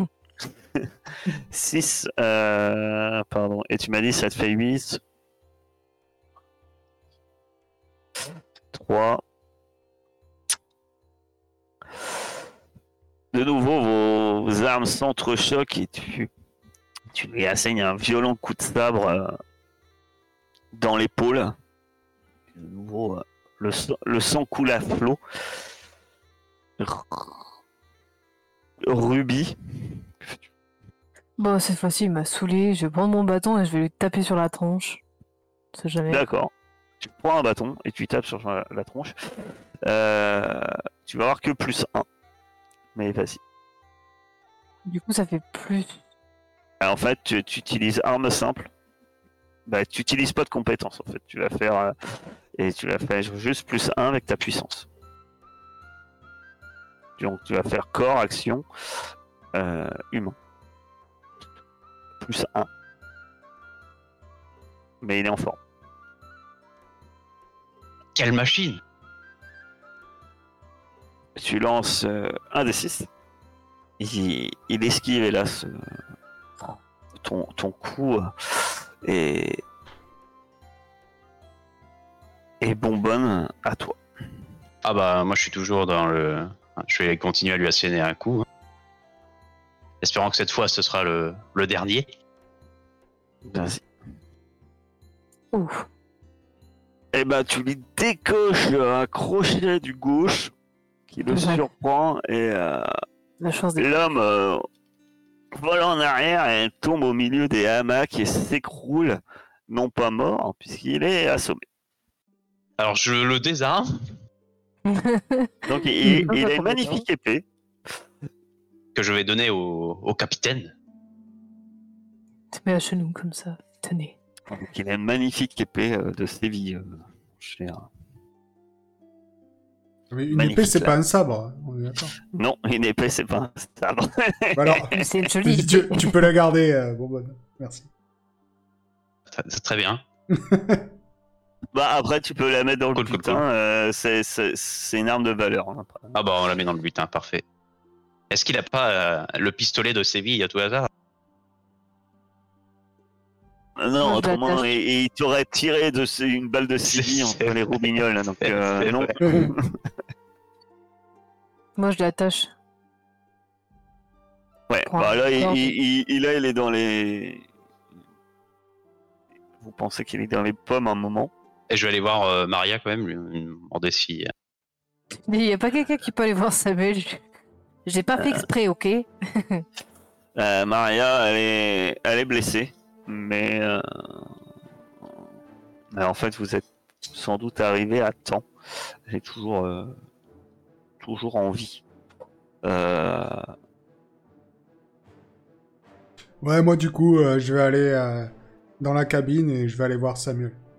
six, euh, pardon, et tu m'as dit, ça te fait huit. trois. De nouveau, vos, vos armes s'entrechoquent et tu, tu lui assignes un violent coup de sabre euh, dans l'épaule. De nouveau, euh, le, sang- le sang coule à flot. R- Ruby, Bon, cette fois-ci, il m'a saoulé. Je vais prendre mon bâton et je vais lui taper sur la tronche. On sait jamais. d'accord. Tu prends un bâton et tu tapes sur la, la tronche. Euh, tu vas avoir que plus un. Mais vas-y. Du coup, ça fait plus. En fait, tu, tu utilises arme simple. Bah, tu utilises pas de compétences en fait. Tu vas faire euh, et tu vas faire juste plus un avec ta puissance. Donc tu vas faire corps, action, euh, humain. Plus un. Mais il est en forme. Quelle machine! Tu lances euh, un des six. Il, il esquive hélas euh, ton, ton coup euh, et, et bonbonne à toi. Ah bah moi je suis toujours dans le... Je vais continuer à lui asséner un coup. Espérant que cette fois ce sera le, le dernier. Vas-y. Ouf. Et bah tu lui décoches un crochet du gauche qui le Ouais. surprend et euh, La chance des. l'homme euh, vole en arrière et tombe au milieu des hamacs et s'écroule, non pas mort puisqu'il est assommé. Alors je le désarme. Donc il, il- il a une magnifique épée. Que je vais donner au, au capitaine. Tu mets à genoux comme ça. Tenez. Donc il a une magnifique épée euh, de Séville. euh, cher. Mais une Magnifique, épée, c'est là. pas un sabre, hein, on est d'accord. Non, une épée c'est pas un sabre. Bah alors, Mais c'est joli. tu, tu peux la garder, euh, bonbonne. Merci. C'est très bien. Bah après tu peux la mettre dans le Cool, cool, butin, cool. euh, c'est, c'est, c'est une arme de valeur. hein, après. Ah bah on la met dans le butin, parfait. Est-ce qu'il a pas euh, le pistolet de Séville à tout hasard? Non, Moi, je autrement, l'attache. il, il t'aurait tiré de ce- une balle de Séville C'est- entre les roubignoles, donc C'est- euh, c'est non. vrai. Moi, je l'attache. Ouais, Prends bah un là, il, corde. il, il- là, il est dans les. Vous pensez qu'il est dans les pommes un moment. Et je vais aller voir euh, Maria quand même, lui lui demander si... Mais il n'y a pas quelqu'un qui peut aller voir Samuel. Je- J'ai pas fait exprès, ok? Euh, Maria, elle est, elle est blessée, mais, euh, mais en fait, vous êtes sans doute arrivé à temps. Elle est toujours, euh, toujours en vie. Euh, Ouais, moi, du coup, euh, je vais aller euh, dans la cabine et je vais aller voir Samuel.